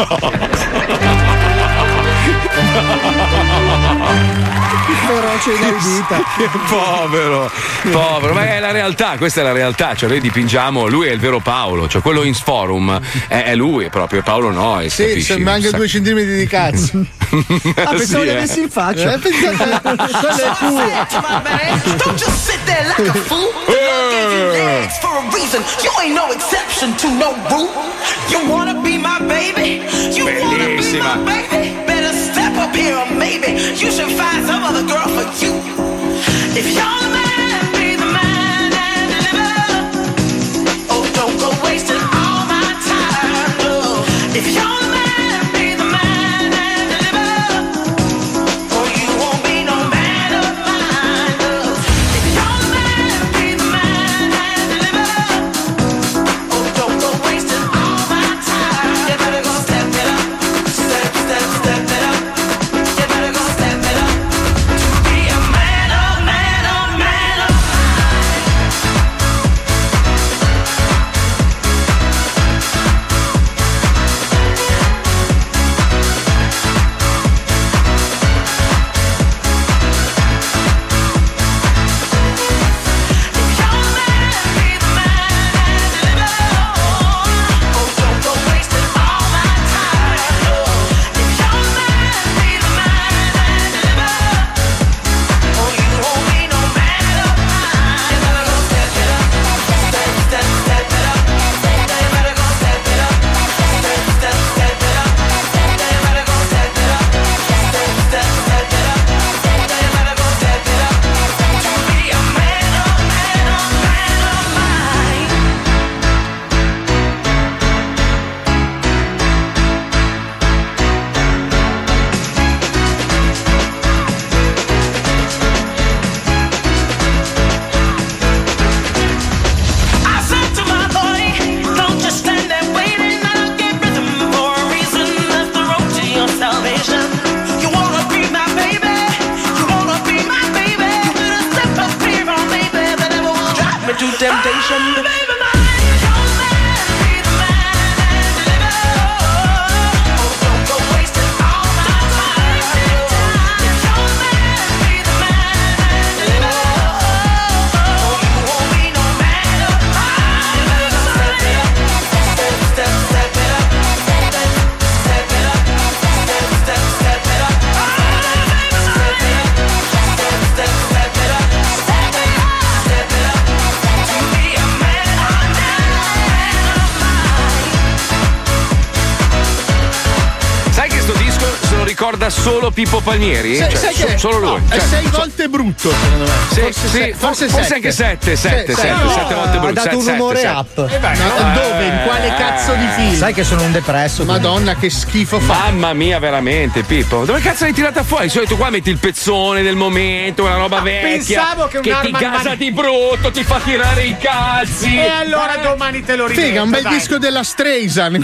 Feroce inaudita. Che povero, povero, ma è la realtà, questa è la realtà, cioè noi dipingiamo, lui è il vero Paolo, cioè quello in Forum è, è lui proprio, è Paolo Noyes. Sì, capisci? sembra anche Sa- due centimetri di cazzo. Ah, pensavo Sì, li eh. avessi in faccia. Eh, pensate, quello è culo. Don't just sit there like a fool. The Lord gave you legs for a reason. You ain't no exception to no rule. You wanna be my baby? You wanna be Bellissima. my baby? Better step up here or maybe you should find some other girl for you. If you're the man, be the man and deliver. Oh, don't go wasting all my time. No. If you're the man, be the man and deliver. Or you won't be no man of mine. No. If you're the man, be the man and deliver. Oh, don't go wasting all my time. You better go step it up, step, step, step it up. You better go step it up. To be a man of man of ricorda solo Pippo Palmieri? Sai, Cioè, sai so- che solo lui. no, è Cioè, sei so- volte brutto, secondo me. Sì, forse, sì, se- for- forse, forse sette. anche sette, sette, Sì, sette, no, sette volte brutto. Ha dato un sette, umore sette, up. sette. Eh beh, ma dove? In quale cazzo di film? Sai che sono un depresso. Madonna, che schifo fa. Mamma mia, veramente, Pippo. Dove cazzo l'hai tirata fuori? Di solito qua metti il pezzone del momento, una roba vecchia. pensavo che ti un'arma gasa man- di brutto, ti fa tirare i cazzi. E allora domani te lo rimetto. Figa, un bel dai. disco della Streisand.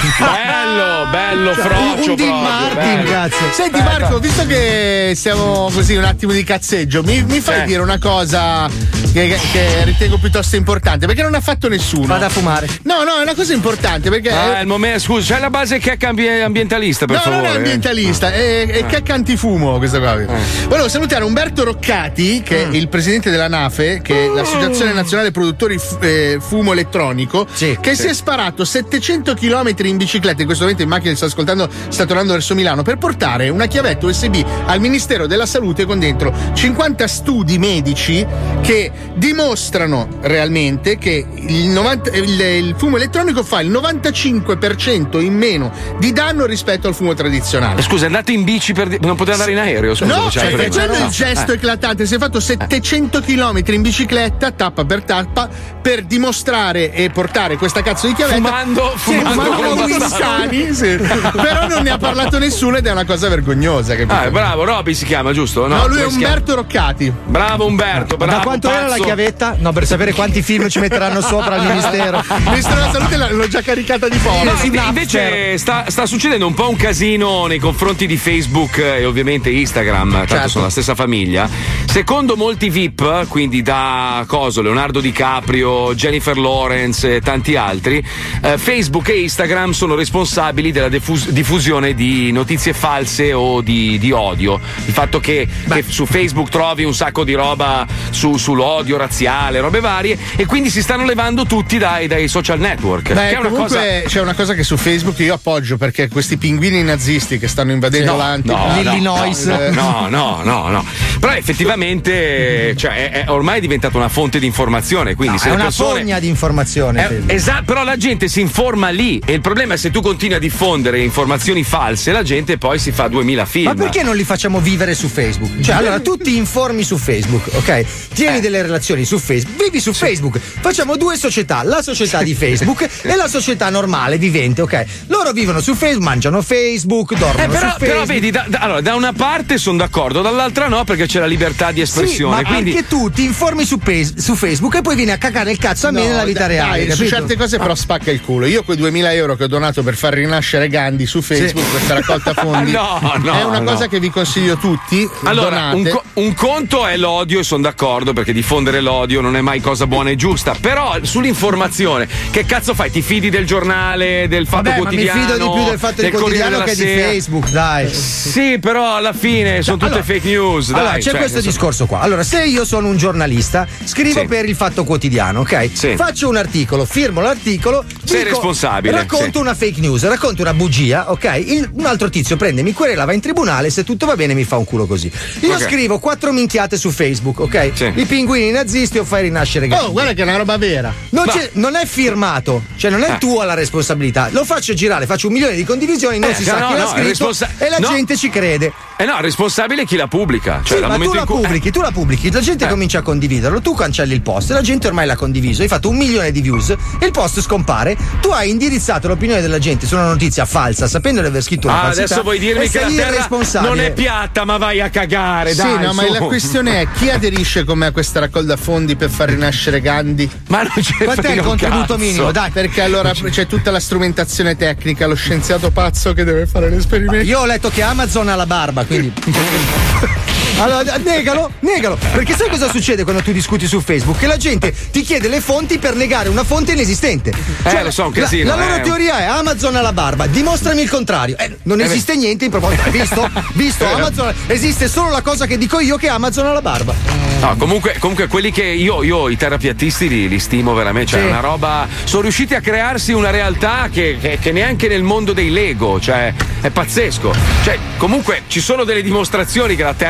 Bello, bello, Cioè, frocio. un Dean proprio, Martin, bello. cazzo. Senti Marco, visto che siamo così un attimo di cazzeggio, mi, mi fai Eh. dire una cosa che, che ritengo piuttosto importante, perché non ha fatto nessuno. Vado a fumare. No, no, è una cosa importante perché. Ah, il momento, scusa, c'è la base checca ambi- ambientalista, per no, favore. non è ambientalista, è, è checca antifumo questa qua. Volevo salutare Umberto Roccati, che è il presidente della NAFE, che è l'Associazione Nazionale Produttori Fu- eh, Fumo Elettronico, che sì. si è sparato settecento chilometri in bicicletta, in questo momento in macchina sta ascoltando, sta tornando verso Milano, per portare una chiavetta U S B al Ministero della Salute con dentro cinquanta studi medici che dimostrano realmente che il, novanta il, il fumo elettronico fa il novantacinque per cento in meno di danno rispetto al fumo tradizionale. Scusa, è andato in bici per. Non poteva andare in aereo? Scusa, No, cioè, stai prima. facendo No. il gesto Eh. eclatante. Si è fatto settecento chilometri in bicicletta, tappa per tappa, per dimostrare e portare questa cazzo di chiavetta. Fumando, Sì, fumando fumando come come un insani, sì. Però non ne ha parlato nessuno ed è una cosa vergognosa. Capito? Ah, bravo, Robby si chiama, giusto? No, lui è come si chiama? Umberto Roccati. Bravo Umberto, bravo. Da quanto era la pazzo. chiavetta? No, per sapere quanti film ci metteranno sopra al ministero. Il Ministro della Salute l'ho già caricata di poco. No, inve- invece sta, sta succedendo un po' un casino nei confronti di Facebook e ovviamente Instagram, tanto Certo. sono la stessa famiglia. Secondo molti V I P, quindi da coso, Leonardo DiCaprio, Jennifer Lawrence e tanti altri, eh, Facebook e Instagram sono responsabili della diffus- diffusione di notizie false o di, di odio. Il fatto che, che su Facebook trovi un sacco di roba su, sull'odio razziale, robe varie, e quindi si stanno levando tutti dai, dai social network. Beh, che è una comunque cosa. c'è una cosa che su Facebook io appoggio, perché questi pinguini nazisti che stanno invadendo No, l'Antica, no, l'Illinois. No, no, no, no, no. Però effettivamente, cioè, è, è ormai è diventata una fonte di informazione. Quindi No, se è le una persone. fogna di informazione. Eh, esatto, però la gente si informa lì, e il problema è se tu continui a diffondere informazioni false, la gente poi si fa duemila film. Ma perché non li facciamo vivere su Facebook? Cioè, allora tu ti informi su Facebook, ok? Tieni delle relazioni su Facebook, vivi su Facebook. Facciamo due società, la società di Facebook e la società normale, vivente, ok? Loro vivono su Facebook, mangiano Facebook, dormono Eh, però, su Facebook. però vedi, da, da- allora, da una parte sono d'accordo, dall'altra no, perché c'è la libertà di espressione. Sì, ma quindi... perché tu ti informi su, pe- su Facebook e poi vieni a cagare il cazzo a me No, nella vita dai, reale. dai, su capito? certe cose però spacca il culo. Io quei duemila euro che ho donato per far rinascere Gandhi su Facebook, questa raccolta fondi, No, no, è una no. cosa che vi consiglio tutti. Allora, donate. un, co- un conto è l'odio, e sono d'accordo, perché diffondere l'odio non è mai cosa buona e giusta. Però sull'informazione, che cazzo fai? Ti fidi del giornale, del Fatto Vabbè, ma mi Quotidiano? fido di più del Fatto del Quotidiano Corriere che di della Sera? Facebook, dai. Sì, però alla fine sono tutte Allora, fake news. Dai, allora, c'è cioè, questo nel senso- discorso qua. Allora, se io sono un giornalista, scrivo Sì. per il Fatto Quotidiano, ok? Sì. Faccio un articolo, firmo l'articolo. Sei responsabile, Racconto sì. una fake news, racconto una bugia, ok? Il- un altro tizio prende, mi querela, va in tribunale, se tutto va bene mi fa un culo così. Io Ok. scrivo quattro minchiate su Facebook, ok? Sì. I pinguini nazisti o fai rinascere Gandhi. Oh, guarda che è una roba vera. Non, Ma- c'è- non è firmato, cioè non è Eh. tua la responsabilità. Lo faccio girare, faccio un milione di condivisioni, non Eh, si no, sa no, chi l'ha no, è scritto responsa- e la no. gente ci crede. Eh no, responsabile è chi la pubblica. Cioè, Sì, dal ma tu momento la in cui- pubblichi, tu la pubblichi, la gente Eh. comincia a condividerlo, tu cancelli il post, la gente ormai l'ha condiviso, hai fatto un milione di views e il post scompare, tu hai indirizzato l'opinione della gente su una notizia falsa, sapendo di aver scritto una Ah, falsità. adesso vuoi dirmi e che la sei terra irresponsabile. non è piatta, ma vai a cagare, Sì, dai. no, ma su. la questione è chi aderisce come a questa raccolta fondi per far rinascere Gandhi? Ma non c'è Quant'è frega il un contributo cazzo. minimo? Dai, perché allora c'è tutta la strumentazione tecnica, lo scienziato pazzo che deve fare l'esperimento. Io ho letto che Amazon ha la barba, quindi. Allora, negalo, negalo. Perché sai cosa succede quando tu discuti su Facebook? Che la gente ti chiede le fonti per negare una fonte inesistente. Eh, lo so, un casino, La, la loro eh. teoria è Amazon ha la barba, dimostrami il contrario. Eh, non Eh, esiste niente in proposito. Hai visto? Visto? Eh, Amazon. Esiste solo la cosa che dico io che Amazon ha la barba. No, comunque, comunque quelli che io, io i terapiattisti li, li stimo veramente, cioè Sì. è una roba. Sono riusciti a crearsi una realtà che, che- che neanche nel mondo dei Lego, cioè è pazzesco. Cioè, comunque ci sono delle dimostrazioni che la Terra è rotonda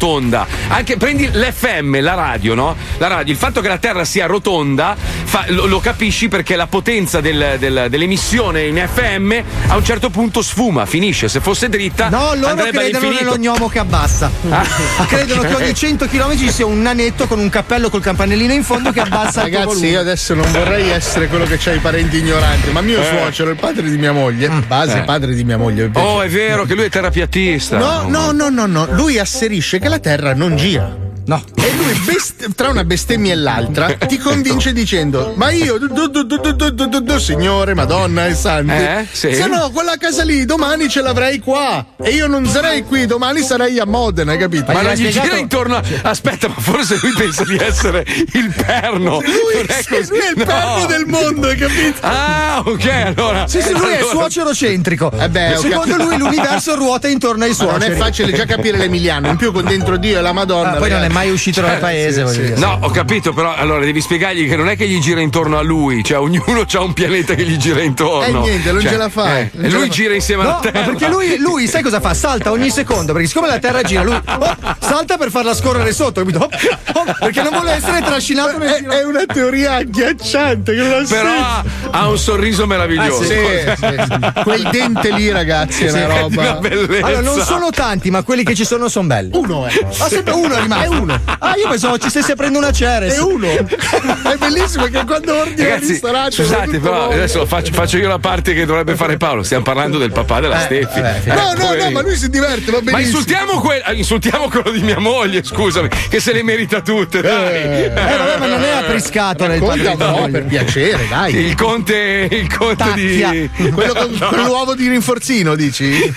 rotonda. Anche prendi l'F M, la radio, no? La radio, il fatto che la Terra sia rotonda fa, lo, lo capisci perché la potenza del, del, dell'emissione in F M a un certo punto sfuma, finisce. Se fosse dritta, no, loro andrebbe credono all'infinito. nell'ognomo che abbassa. Ah. Credono che ogni cento chilometri ci sia un nanetto con un cappello col campanellino in fondo che abbassa il tuo Ragazzi, volume. io adesso non vorrei essere quello che c'ha i parenti ignoranti, ma mio Eh. suocero, il padre di mia moglie, base Eh. padre di mia moglie. Oh, è vero che lui è terapiatista. No, no, no, no, no. Lui asserisce che la Terra non gira. No. E lui, best- tra una bestemmia e l'altra, ti convince dicendo: ma io, du, du, du, du, du, du, du, du, signore, Madonna e Santi, Eh, sì. se no, quella casa lì domani ce l'avrei qua. E io non sarei qui, domani sarei a Modena, hai capito? Ma non gli gira intorno a... Aspetta, ma forse lui pensa di essere il perno. Lui, Non è sì, così. lui è il No. perno del mondo, hai capito? Ah, ok, allora. Sì, sì, lui è allora... suocerocentrico. Eh beh, ho Secondo capito. lui l'universo ruota intorno ai Ma suoceri. non è facile già capire l'emiliano, in più con dentro Dio e la Madonna. Ah, poi non è mai uscito dal paese. Voglio dire. No, ho capito, però allora devi spiegargli che non è che gli gira intorno a lui, cioè ognuno ha un pianeta che gli gira intorno. Eh, niente, non Cioè, ce la fa. eh, Non e ce lui la fa. gira insieme No, alla Terra. ma perché lui, lui, sai cosa fa? Salta ogni secondo, perché siccome la Terra gira, lui oh, salta per farla scorrere sotto, capito? Oh, oh, perché non vuole essere trascinato nel È, è una teoria agghiacciante che non ha Però ha, ha un sorriso meraviglioso. Ah, sì, sì, sì. Quel dente lì, ragazzi, è Sì, una È roba. una bellezza. Allora, non sono tanti, ma quelli che ci sono sono belli. Uno è. Ah, sempre uno è rimasto. È uno. Ah, io pensavo ci stesse aprendo una Ceres. È uno. È bellissimo che quando ordini al Ragazzi, ristorante. scusate, tutto però nuovo. adesso lo faccio, faccio io la parte che dovrebbe fare Paolo. Stiamo parlando del papà della Steffi. No, Eh, no, no, poverino. ma lui si diverte, va Ma benissimo. insultiamo, quel- insultiamo quello di mia moglie, scusami, che se le merita tutte, dai. Eh, vabbè, ma non è appriscato nel Conta, padre di no, moglie. per piacere, dai. Il conte, il conte Tacchia. di. Quello con, con l'uovo di rinforzino, dici?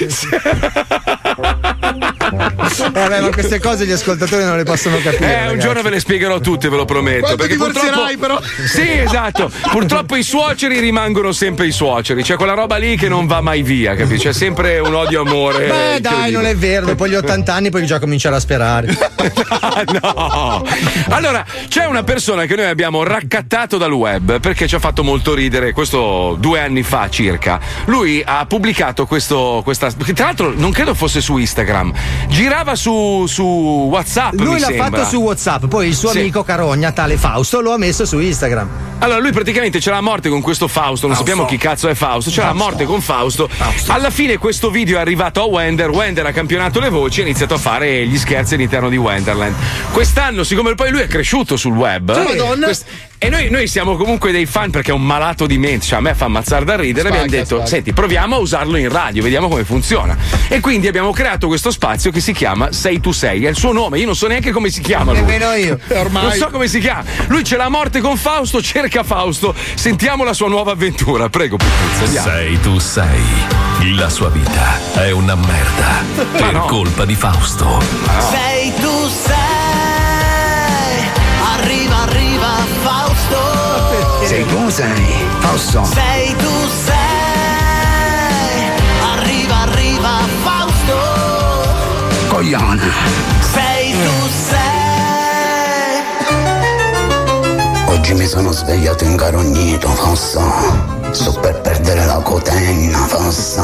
Vabbè, ma queste cose gli ascoltatori non le possono capire. Eh, un ragazzi. giorno ve le spiegherò tutte, ve lo prometto. Quando perché divorzierai, purtroppo... però. Sì, esatto. Purtroppo i suoceri rimangono sempre i suoceri. C'è quella roba lì che non va mai via, capisci? C'è sempre un odio-amore. Beh, dai, non è vero. Dopo gli ottanta anni puoi già cominciare a sperare. Ah, no. Allora, c'è una persona che noi abbiamo raccattato dal web perché ci ha fatto molto ridere, questo due anni fa circa. Lui ha pubblicato questo, questa. Tra l'altro, non credo fosse su Instagram, girava su, su WhatsApp. Lui mi l'ha sembra. fatto su WhatsApp, poi il suo Sì. amico Carogna, tale Fausto, lo ha messo su Instagram. Allora, lui praticamente c'era la morte con questo Fausto, non sappiamo chi cazzo è Fausto, c'era la morte con Fausto. Alla fine questo video è arrivato a Wender, Wender ha campionato le voci e ha iniziato a fare gli scherzi all'interno di Wonderland. Quest'anno, siccome poi lui è cresciuto sul web, Sì, Madonna. quest- e noi, noi siamo comunque dei fan perché è un malato di mente, cioè a me fa ammazzare da ridere, Spacca, abbiamo detto, spacca. senti, proviamo a usarlo in radio, vediamo come funziona. E quindi abbiamo creato questo spazio che si chiama sei tu sei, è il suo nome, io non so neanche come si chiama lui. Nemmeno io. Ormai. Non so come si chiama. Lui c'è la morte con Fausto, cerca Fausto. Sentiamo la sua nuova avventura. Prego, Pipuzza, andiamo. Sei tu sei. La sua vita è una merda. Per no. colpa di Fausto. Sei tu sei, arriva, arriva Fausto. Sei tu sei. Fausto. Sei tu sei, arriva, arriva Fausto. Coglione. Sei tu sei. Oggi mi sono svegliato incarognito, Fausto. Sto per perdere la cotenna, Fausto.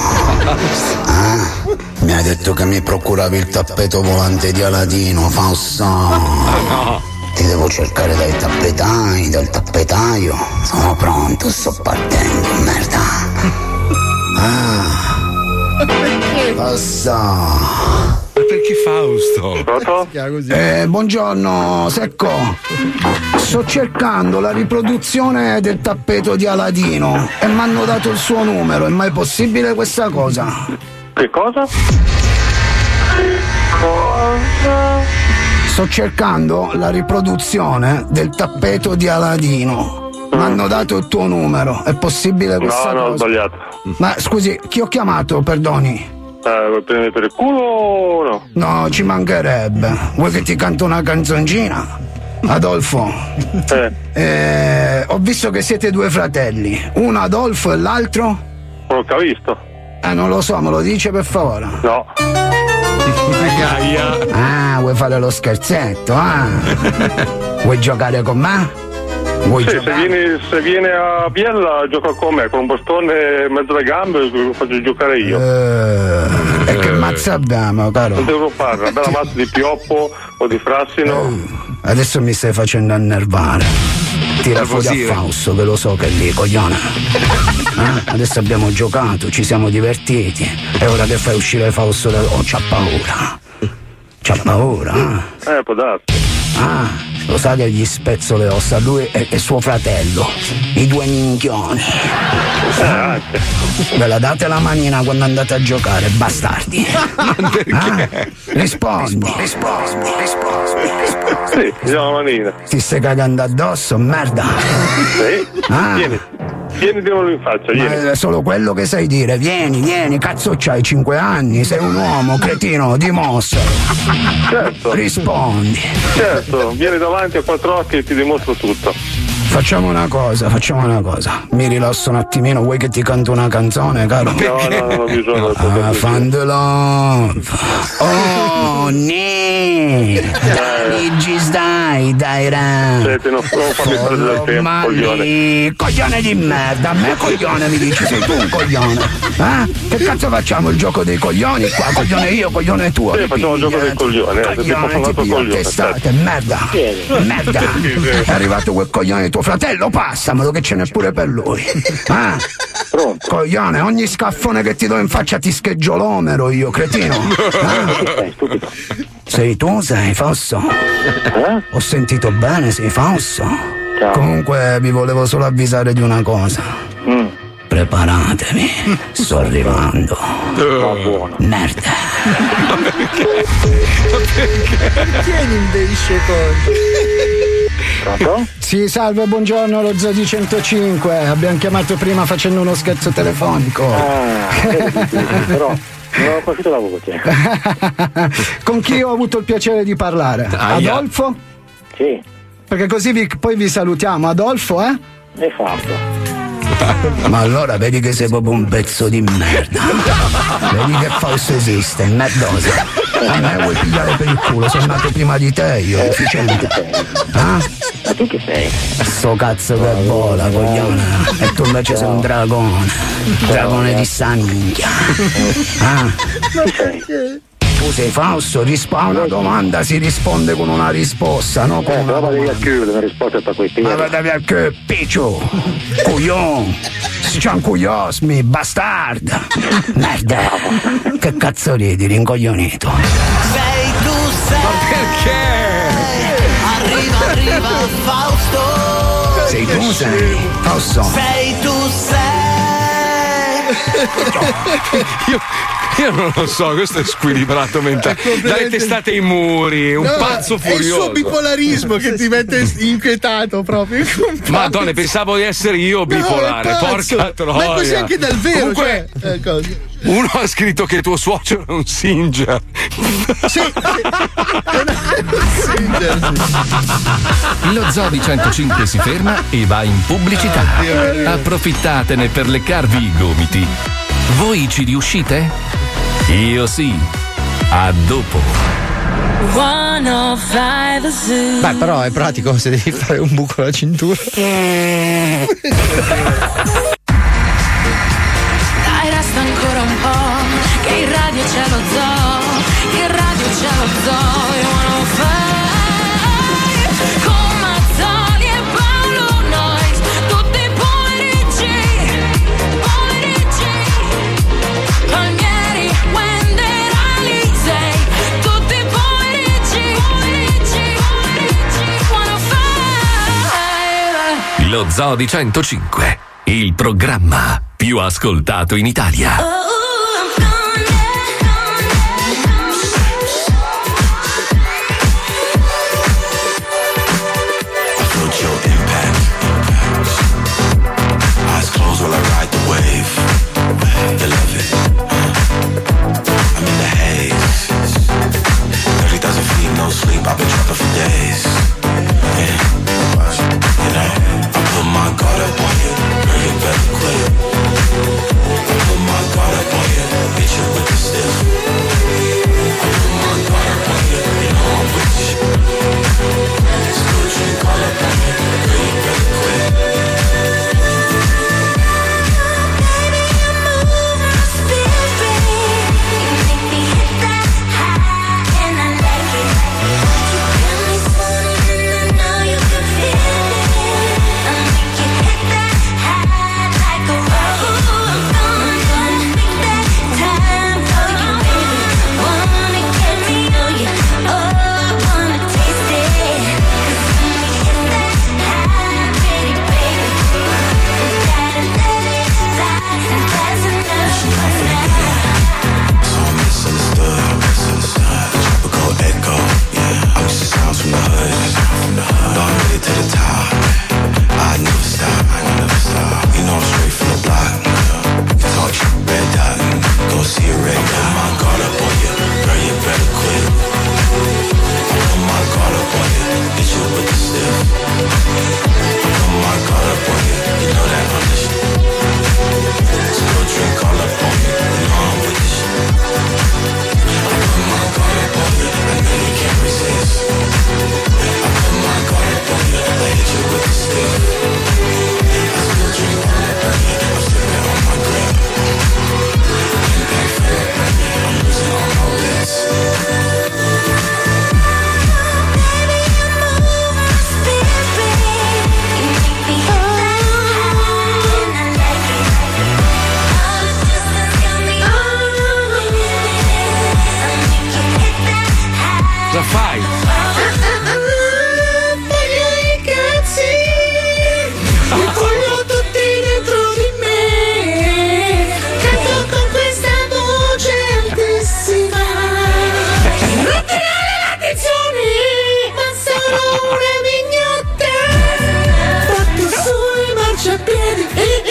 Ah? Mi hai detto che mi procuravi il tappeto volante di Aladino, Fausto. Ti devo cercare dai tappetai, dal tappetaio. Sono pronto, sto partendo, merda. Ah. Fausto. Perché Fausto? Eh, buongiorno, Secco. Sto cercando la riproduzione del tappeto di Aladino e mi hanno dato il suo numero. È mai possibile questa cosa? Che cosa? Sto cercando la riproduzione del tappeto di Aladino. Mi hanno dato il tuo numero. È possibile questa No, no, ho cosa? sbagliato. Ma scusi, chi ho chiamato, perdoni? Eh, vuoi prendere per il culo o no? No, ci mancherebbe. Vuoi che ti canto una canzoncina? Adolfo, Eh, eh, ho visto che siete due fratelli. Uno Adolfo e l'altro? non ho capito. Eh, non lo so, me lo dice per favore. No. Ah, vuoi fare lo scherzetto, ah? Vuoi giocare con me? Vuoi Sì, se giocare? vieni, se viene a Biella gioca con me, con un bastone in mezzo alle gambe lo faccio giocare io. Eh, e che mi mazza abbiamo, caro? Non devo fare una bella mazza di pioppo o di frassino. Adesso mi stai facendo annervare. Tira fuori a Fausto, che lo so che è lì, coglione. Eh? Adesso abbiamo giocato, ci siamo divertiti. E ora che fai uscire Fausto da... Oh, c'ha paura. C'ha paura, eh? Eh, può darsi. Ah, lo sa che gli spezzo le ossa, lui e, e suo fratello, i due minchioni. Eh, ve la date la manina quando andate a giocare, bastardi. Ah, rispondi, rispondi, rispondi, rispondi. Sì, diamo la manina. Ti stai cagando addosso, merda. Sì, ah. vieni. Vieni, diamolo in faccia, vieni. Ma è solo quello che sai dire, vieni, vieni, cazzo c'hai cinque anni, sei un uomo, cretino, dimostra. Certo. Rispondi. Certo, vieni davanti a quattro occhi e ti dimostro tutto. Facciamo una cosa, facciamo una cosa. Mi rilasso un attimino, vuoi che ti canto una canzone, caro? No, no, non ho bisogno. Ah, fan the love. Oh, ne. Luigi, dai, dai, ra. Senti, non, non farmi perdere del tempo, coglione. Coglione di merda, a me coglione mi dici, sei tu un coglione. Eh? Che cazzo facciamo il gioco dei coglioni qua? Coglione io, coglione tuo. Sì, facciamo il gioco dei coglioni, eh. Ti posso andare coglione. Testate, merda. Merda. È arrivato quel coglione tuo fratello, passamelo che ce n'è pure per lui. Ah, pronto. Coglione, ogni scaffone che ti do in faccia ti scheggio l'omero io, cretino. Ah? Sei tu, sei Fausto? Eh? Ho sentito bene, sei Fausto? Ciao. Comunque vi volevo solo avvisare di una cosa. Mm. Preparatevi, sto arrivando. Va buono. Merda. Tieni invece conto. Pronto? Sì, salve, buongiorno, lo Zodi centocinque. Abbiamo chiamato prima facendo uno scherzo telefonico. Ah, però non ho capito la voce. Con chi ho avuto il piacere di parlare? Aia. Adolfo? Sì. Perché così vi, poi vi salutiamo. Adolfo, eh? È fatto. Ma allora vedi che sei proprio un pezzo di merda. Vedi che Fausto esiste, merdosa. A me vuoi pigliare per il culo, sono nato prima di te io, efficiente. Ah? Ma tu che sei? Sto cazzo che vola, coglione. E tu invece sei un dragone. Dragone di sta minchia. Ah? Chi sei? Tu sei Fausto, rispa una domanda, si risponde con una risposta, no? Con Eh, una però vedi domanda. a chiudere, la risposta è per quei Ma piedi. vada via che piccio, coglion, sciancugliosmi, bastarda, merda, che cazzo ridi, rincoglionito? Sei tu sei. Ma perché? Arriva, arriva Fausto. Sei tu sei, Fausto? Sei tu sei. Io, io non lo so, questo è squilibrato mentale. Dalle testate ai muri, un No, pazzo è il furioso. suo bipolarismo che ti mette inquietato proprio. Madonna, pensavo di essere io bipolare, No, è pazzo. porca troia. Ma è così anche dal vero, Comunque, cioè, eh, cosa? uno ha scritto che tuo suocero è un Singer. Sì, Lo Zodi centocinque si ferma e va in pubblicità. Approfittatene per leccarvi i gomiti. Voi ci riuscite? Io sì. A dopo. centocinque Zoo. Beh, però è pratico se devi fare un buco alla cintura. Dai, resta ancora un po', che in radio c'è lo zoo, in radio c'è lo zoo, centocinque con Mazzoli e Paolo Noyes, tutti i pomeriggi, pomeriggi, Palmieri, Wender, Alisei, tutti i pomeriggi, pomeriggi, pomeriggi, centocinque. Lo Zodi centocinque, il programma più ascoltato in Italia. Eyes closed while I ride the wave. You love it. I'm in the haze. thirty thousand feet, no sleep. I've been trapping for days. Yeah. You know, I put my guard up on you. Girl, you better quit. I put my guard up on with the stiff. Put my guard up on you, you know that I'm the shit. Still drink all up on me, you know I'm with the shit. I put my guard up on you, I know you can't resist. I put my guard up on you, I hit you with the stiff. I still drink all up on you, I'm slipping on my grip. Impact feel it, baby, I'm losing all my bets. Cosa fai? Voglio i cazzi, li voglio tutti dentro di me. Canto con questa voce altissima. Non tirare l'attenzione, ma sono una mignotta. Fatto sui marciapiedi.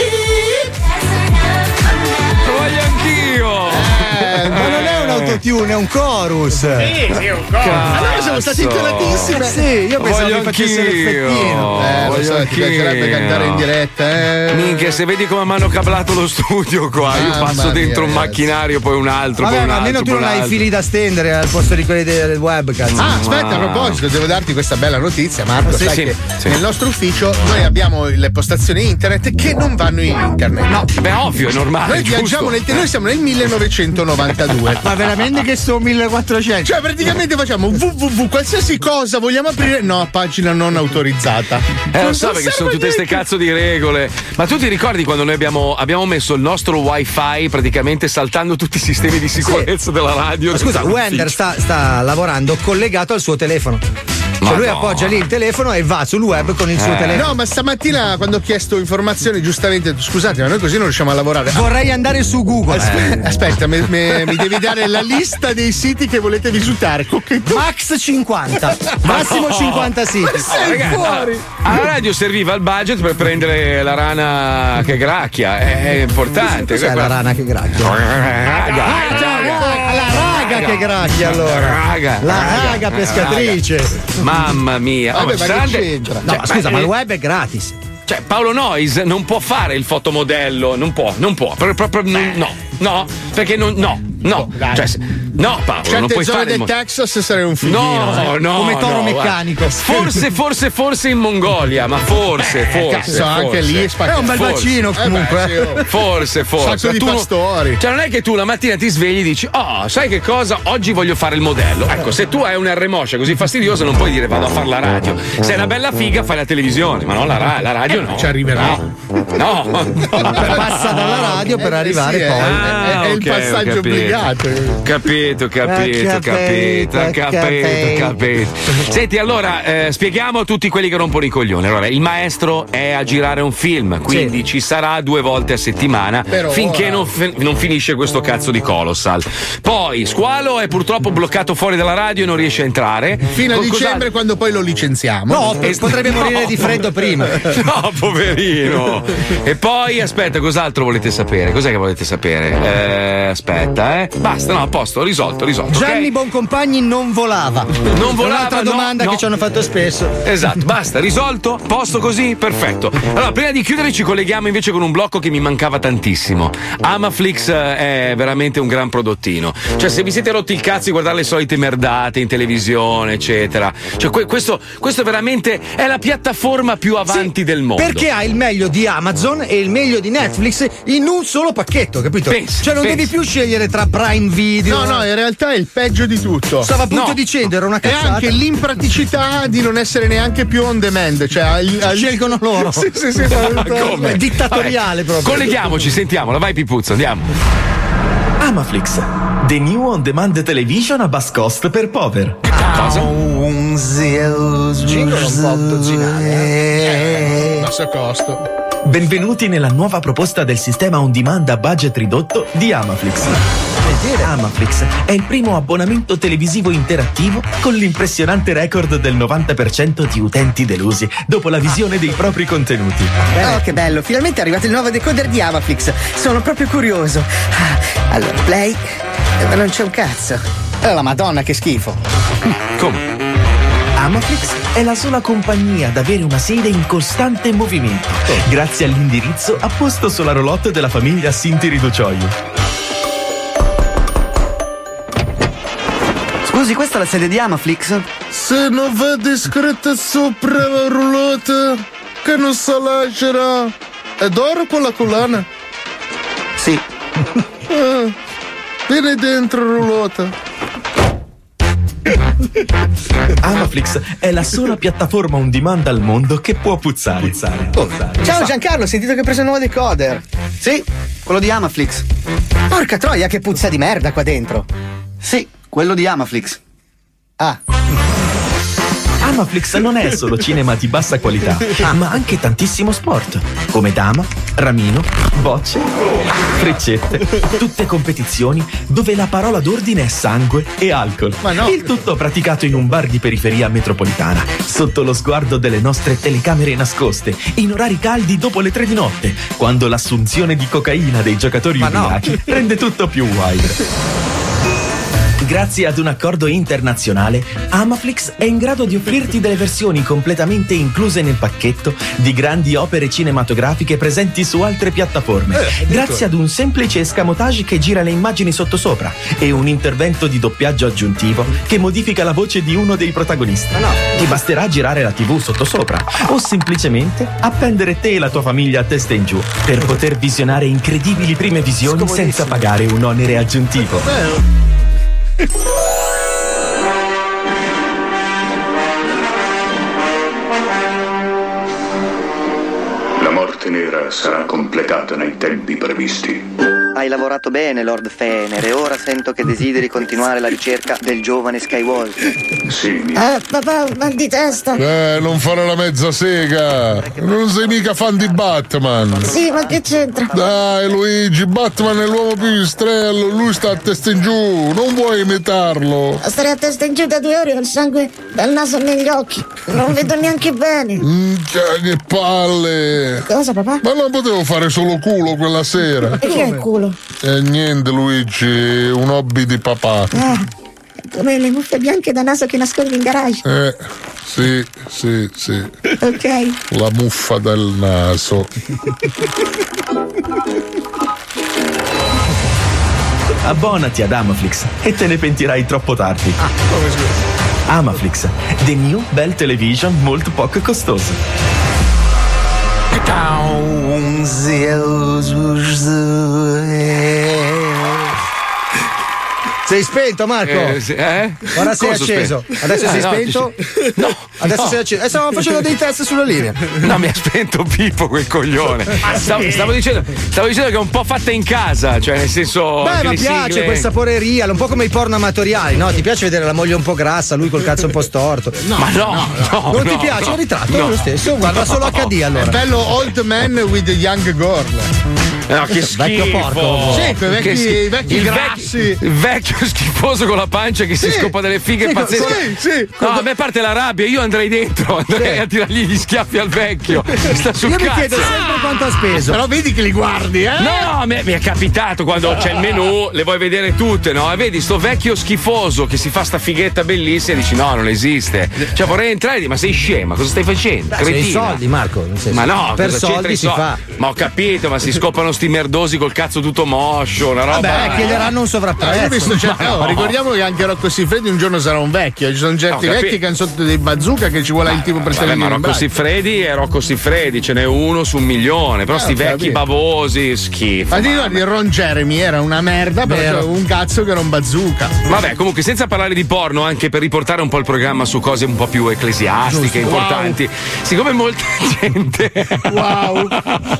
Lo voglio anch'io! Eh, ma non è un autotune, è un chorus. Sì, sì, un chorus. Allora siamo stati intonatissimi. Sì, io pensavo Voglio mi facesse anch'io. l'effettino. Eh, lo Voglio so, ti piacerebbe anch'io. cantare in diretta, eh. Minchia, se vedi come mi hanno cablato lo studio qua, io Mamma passo dentro mia, un ragazzi. macchinario, poi un altro, Vabbè, poi un ma altro. almeno tu poi non un hai i altro. fili da stendere al posto di quelli del web, cazzo. Ah, aspetta, a proposito, devo darti questa bella notizia, Marco. Sì, sai sì, che sì. nel nostro ufficio noi abbiamo le postazioni internet che non vanno in internet. No, beh, ovvio, è normale. Noi giusto. viaggiamo nel noi siamo nel millenovecentonovantadue. Ma veramente che sono millequattrocento? Cioè, praticamente facciamo www, qualsiasi cosa vogliamo aprire. No, pagina non autorizzata. Eh, lo Non so, perché serve sono tutte niente. ste cazzo di regole. Ma tu ti ricordi quando noi abbiamo, abbiamo messo il nostro wifi praticamente saltando tutti i sistemi di sicurezza della radio? Ma scusa, Wender sta, sta lavorando collegato al suo telefono. Cioè lui Madonna. appoggia lì il telefono e va sul web con il suo Eh. telefono. No, ma stamattina quando ho chiesto informazioni, giustamente, scusate, ma noi così non riusciamo a lavorare. Vorrei andare su Google. Aspe- Aspetta, me- me- mi devi dare la lista dei siti che volete visitare. Max cinquanta, massimo No. cinquanta siti. Ma sei Ragazzi, fuori. alla radio serviva il budget per prendere la rana che gracchia, è importante. Cos'è la rana che gracchia? Raga. Ah, già, la raga che gracchia allora. Raga. La raga pescatrice. Mamma mia. Vabbè, Oh, ma grande- che c'entra? No, Cioè, scusa, ma eh, il web è gratis. Cioè, Paolo Noyes non può fare il fotomodello, non può, non può. Pro- Proprio non- no, no, perché non, no, no. Cioè, se- no, Paolo, non Certe puoi zone fare il del mo- Texas sarei un figlino. No, eh. no, Come toro no, meccanico. guarda. Forse, forse, forse in Mongolia, ma forse, forse. Cazzo, anche forse. lì spacca- È un bel Forse. bacino comunque. Eh beh, sì, oh. Forse, forse. Sacco di Tu- pastori. Cioè, non è che tu la mattina ti svegli e dici, oh, sai che cosa? Oggi voglio fare il modello. Ecco, se tu hai un R moscia così fastidiosa, non puoi dire vado a fare la radio. Se è una bella figa, fai la televisione, ma non la, ra- la radio no. Ci arriverà. No, no. Passa dalla radio per Eh, arrivare sì, poi. è- Ah, è, è il ok, ho passaggio capito. obbligato. Capito, capito, capito, capito, capito, capito. capito. Senti, allora, eh, spieghiamo a tutti quelli che rompono i coglioni. Allora, il maestro è a girare un film, quindi ci sarà due volte a settimana Per finché ora. non, fi- non finisce questo cazzo di Colossal. Poi, Squalo è purtroppo bloccato fuori dalla radio e non riesce a entrare. Fino a Co- cos'ha- dicembre, quando poi lo licenziamo. No, Eh, potrebbe no. morire di freddo prima. No, poverino. E poi, aspetta, cos'altro volete sapere? Cos'è che volete sapere? Eh, aspetta, eh. Basta, no, a posto, risolto, risolto. ok? Gianni Boncompagni non volava. Non È volava, un'altra no, domanda no. che ci hanno fatto spesso. Esatto, basta, risolto? Posto così? Perfetto. Allora, prima di chiudere ci colleghiamo invece con un blocco che mi mancava tantissimo. Amaflix eh, è veramente un gran prodottino. Cioè, se vi siete rotti il cazzo di guardare le solite merdate in televisione, eccetera. Cioè, que- questo, questo veramente è la piattaforma più avanti del mondo. Perché ha il meglio di Amazon e il meglio di Netflix in un solo pacchetto, capito? Pensa, cioè non pensa. devi più scegliere tra Prime Video. No, no, in realtà è il peggio di tutto. Stavo appunto No. dicendo, era una E cazzata. anche l'impraticità di non essere neanche più on demand. Cioè, al- al- Scelgono loro. Sì, sì, sì. Come? È dittatoriale Vabbè, proprio. Colleghiamoci, sentiamola, vai Pipuzzo, andiamo. Amaflix, the new on-demand television a bass cost per pover. Cosa? Jingle un po' dozzinale. Eh, basso costo. Benvenuti nella nuova proposta del sistema on-demand a budget ridotto di Amaflix. Amaflix è il primo abbonamento televisivo interattivo con l'impressionante record del novanta per cento di utenti delusi dopo la visione dei propri contenuti. Oh, che bello, finalmente è arrivato il nuovo decoder di Amaflix. Sono proprio curioso. Ah, allora, play. Ma non c'è un cazzo. Oh, la madonna, che schifo. Come? Amaflix è la sola compagnia ad avere una sede in costante movimento, grazie all'indirizzo apposto sulla roulotte della famiglia Sinti Riducioio. Scusi, questa è la sede di Amaflix? Se non vedi scritto sopra la roulotte che non sa leggere, è d'oro quella collana? Sì. Ah, vieni dentro, roulotte. Amaflix è la sola piattaforma on demand al mondo che può puzzare. Oh, ciao Giancarlo, ho sentito che hai preso un nuovo decoder. Sì, quello di Amaflix. Porca troia, che puzza di merda qua dentro. Sì, quello di Amaflix. Ah. Amaflix non è solo cinema di bassa qualità, ma anche tantissimo sport, come dama, ramino, bocce, freccette, tutte competizioni dove la parola d'ordine è sangue e alcol. Ma no. Il tutto praticato in un bar di periferia metropolitana, sotto lo sguardo delle nostre telecamere nascoste, in orari caldi dopo le tre di notte, quando l'assunzione di cocaina dei giocatori Ma no. ubriachi rende tutto più wild. Grazie ad un accordo internazionale, Amaflix è in grado di offrirti delle versioni completamente incluse nel pacchetto di grandi opere cinematografiche presenti su altre piattaforme, Eh, grazie ad un semplice escamotage che gira le immagini sottosopra e un intervento di doppiaggio aggiuntivo che modifica la voce di uno dei protagonisti. Ti basterà girare la tivù sottosopra o semplicemente appendere te e la tua famiglia a testa in giù per poter visionare incredibili prime visioni senza pagare un onere aggiuntivo. La morte nera sarà completata nei tempi previsti. Hai lavorato bene, Lord Fener, e ora sento che desideri continuare la ricerca del giovane Skywalker. Sì, mi... Eh, papà, mal di testa. Eh, non fare la mezza sega. Non sei mica fan di Batman. Sì, ma che c'entra? Dai, Luigi, Batman è l'uomo più pipistrello. Lui sta a testa in giù. Non vuoi imitarlo? Stare a testa in giù da due ore ho il sangue dal naso negli occhi. Non vedo neanche bene. Minchia, che palle. Cosa, papà? Ma non potevo fare solo culo quella sera. E che è il culo? Eh, niente, Luigi, un hobby di papà. Ah, come le muffe bianche da naso che nascondi in garage. Eh, sì, sì, sì. Ok. La muffa del naso. Abbonati ad Amaflix e te ne pentirai troppo tardi. Amaflix, the new bell television molto poco costoso. Sei spento, Marco? Eh, sì, eh? Ora sei Cosa acceso. spento? Adesso Ah, sei no, spento? dici- No. Adesso no. sei acceso. E stavamo facendo dei test sulla linea. No, mi ha spento Pippo quel coglione. Ah, Stavo, sì. stavo dicendo, stavo dicendo che è un po' fatta in casa, cioè nel senso. Beh, che ma le piace sigle- quel sapore real, un po' come i porno amatoriali, no? Ti piace vedere la moglie un po' grassa, lui col cazzo un po' storto. Ma no, no, Non ti no, piace no. il ritratto? No. Lo stesso, guarda solo acca di allora. È bello Old Man with Young Girl. No, che schifo. Vecchio porco. Sì, quei vecchi- Che schi- vecchi il grassi. vecchio, il vecchio schifoso con la pancia che si Sì. scopa delle fighe Sì, pazzesche. sì, sì. No, a me parte la rabbia, io andrei dentro, andrei Sì. a tirargli gli schiaffi al vecchio. Sta sul Io mi cazzo. chiedo sempre quanto ha speso. Però vedi che li guardi, eh? No, mi è, mi è capitato quando c'è il menù, le vuoi vedere tutte, no? E vedi sto vecchio schifoso che si fa sta fighetta bellissima e dici no, non esiste. Cioè vorrei entrare e dire, ma sei scema, cosa stai facendo? Beh, sono i Cretina. soldi, Marco. nel senso, Ma no, per cosa c'entra soldi i si soldi? fa. Ma ho capito, ma si scopano sti merdosi col cazzo tutto moscio, una roba. Vabbè, chiederanno un Ah, sovrapprezzo. io ho visto, cioè, Ma oh, no. ricordiamo che anche Rocco Siffredi un giorno sarà un vecchio. Ci sono certi Ho capito. vecchi che hanno sotto dei bazooka che ci vuole il tipo per Vabbè, ma tenere in Rocco braccio. Siffredi è Rocco Siffredi, ce n'è uno su un milione. Però Eh, sti ho vecchi capito. bavosi, schifo. Ma ti mamma. ricordi Ron Jeremy era una merda, però Vero. c'era un cazzo che era un bazooka. Vabbè, comunque, senza parlare di porno, anche per riportare un po' il programma su cose un po' più ecclesiastiche, Giusto. importanti. Siccome molta gente. Wow.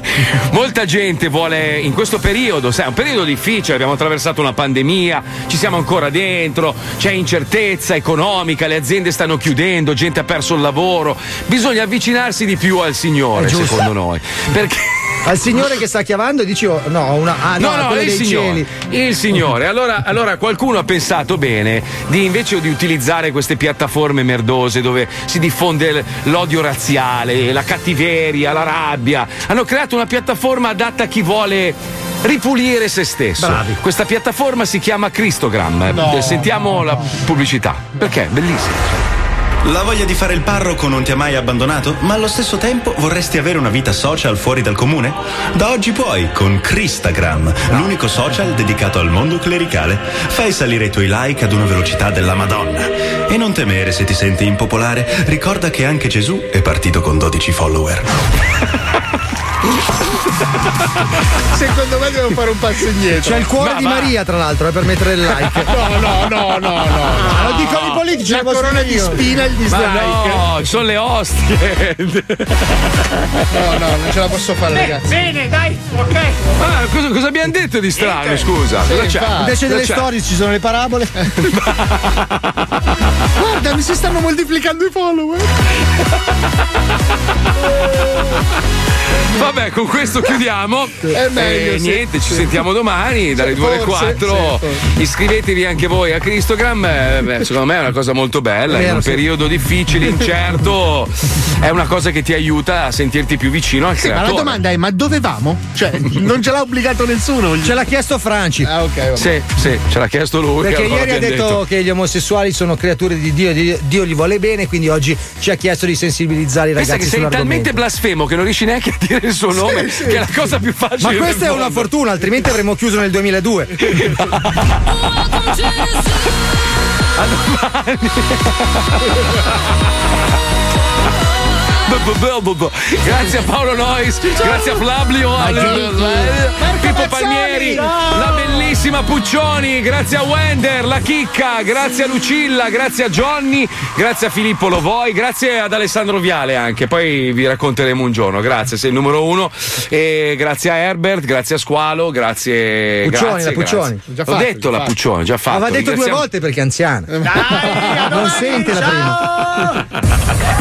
Molta gente vuole, in questo periodo, sai, è un periodo difficile, abbiamo attraversato una pandemia, ci siamo ancora dentro, c'è incertezza economica, le aziende stanno chiudendo, gente ha perso il lavoro. Bisogna avvicinarsi di più al Signore, È giusto. secondo noi. Perché. Al signore che sta chiamando dici oh, no, una ah, no, No, no, quello il dei signore, cieli. il signore. Allora, allora qualcuno ha pensato bene di invece di utilizzare queste piattaforme merdose dove si diffonde l- l'odio razziale, la cattiveria, la rabbia. Hanno creato una piattaforma adatta a chi vuole ripulire se stesso. Bravi. Questa piattaforma si chiama Cristogram. No, Sentiamo la pubblicità. Perché? Bellissima. La voglia di fare il parroco non ti ha mai abbandonato, ma allo stesso tempo vorresti avere una vita social fuori dal comune? Da oggi puoi con Cristagram, l'unico social dedicato al mondo clericale. Fai salire i tuoi like ad una velocità della Madonna. E non temere se ti senti impopolare, ricorda che anche Gesù è partito con dodici follower. Secondo me devo fare un passo indietro. C'è il cuore Ma di va. Maria, tra l'altro, eh, per mettere il like. No, no, no, no, no. Ah, lo dicono i politici. La lo posso corona dire di io. spina e il dislike. Ma no, ci sono le ostie. No, no, non ce la posso fare, Beh, ragazzi. bene, dai, ok. Ah, cosa, cosa abbiamo detto di strano, scusa? Sì, Cosa c'è? infatti. Invece delle Cosa c'è? storie ci sono le parabole. Guarda, mi si stanno moltiplicando i follower. Vabbè, con questo chiudiamo. È meglio, Eh, sì. niente, ci Sì. sentiamo domani dalle due alle Forse, quattro. sì, Iscrivetevi anche voi a Cristogram. eh, beh, secondo me è una cosa molto bella. Vero, in un sì. periodo difficile, incerto, è una cosa che ti aiuta a sentirti più vicino al Sì, ma creatore. la domanda è: ma dovevamo? Cioè, non ce l'ha obbligato nessuno. Ce l'ha chiesto Franci. Ah, ok, vabbè. Sì, sì, ce l'ha chiesto lui. Perché allora ieri ha abbiamo detto, che gli omosessuali sono creature di Dio, di- Dio gli vuole bene, quindi oggi ci ha chiesto di sensibilizzare i Pensa ragazzi che sei sull'argomento. talmente blasfemo che non riesci neanche a dire il suo nome, sì. che è la cosa più facile. Ma del questa è una mondo. fortuna, altrimenti avremmo chiuso nel duemiladue. A domani. Grazie a Paolo Nois, grazie a Flavio, Pippo Palmieri, la bellissima Puccioni, grazie a Wender, la Chicca, grazie a Lucilla, grazie a Johnny, grazie a Filippo Lovoi, grazie ad Alessandro Viale anche, poi vi racconteremo un giorno, grazie, sei il numero uno, e grazie a Herbert, grazie a Squalo, grazie Puccioni, grazie, la Puccioni. grazie. Già Ho fatto, detto già la fatto. Puccioni, già fatto. Aveva detto due Ringraziamo- volte perché è anziana. Dai, a Non domani, sente la ciao! prima.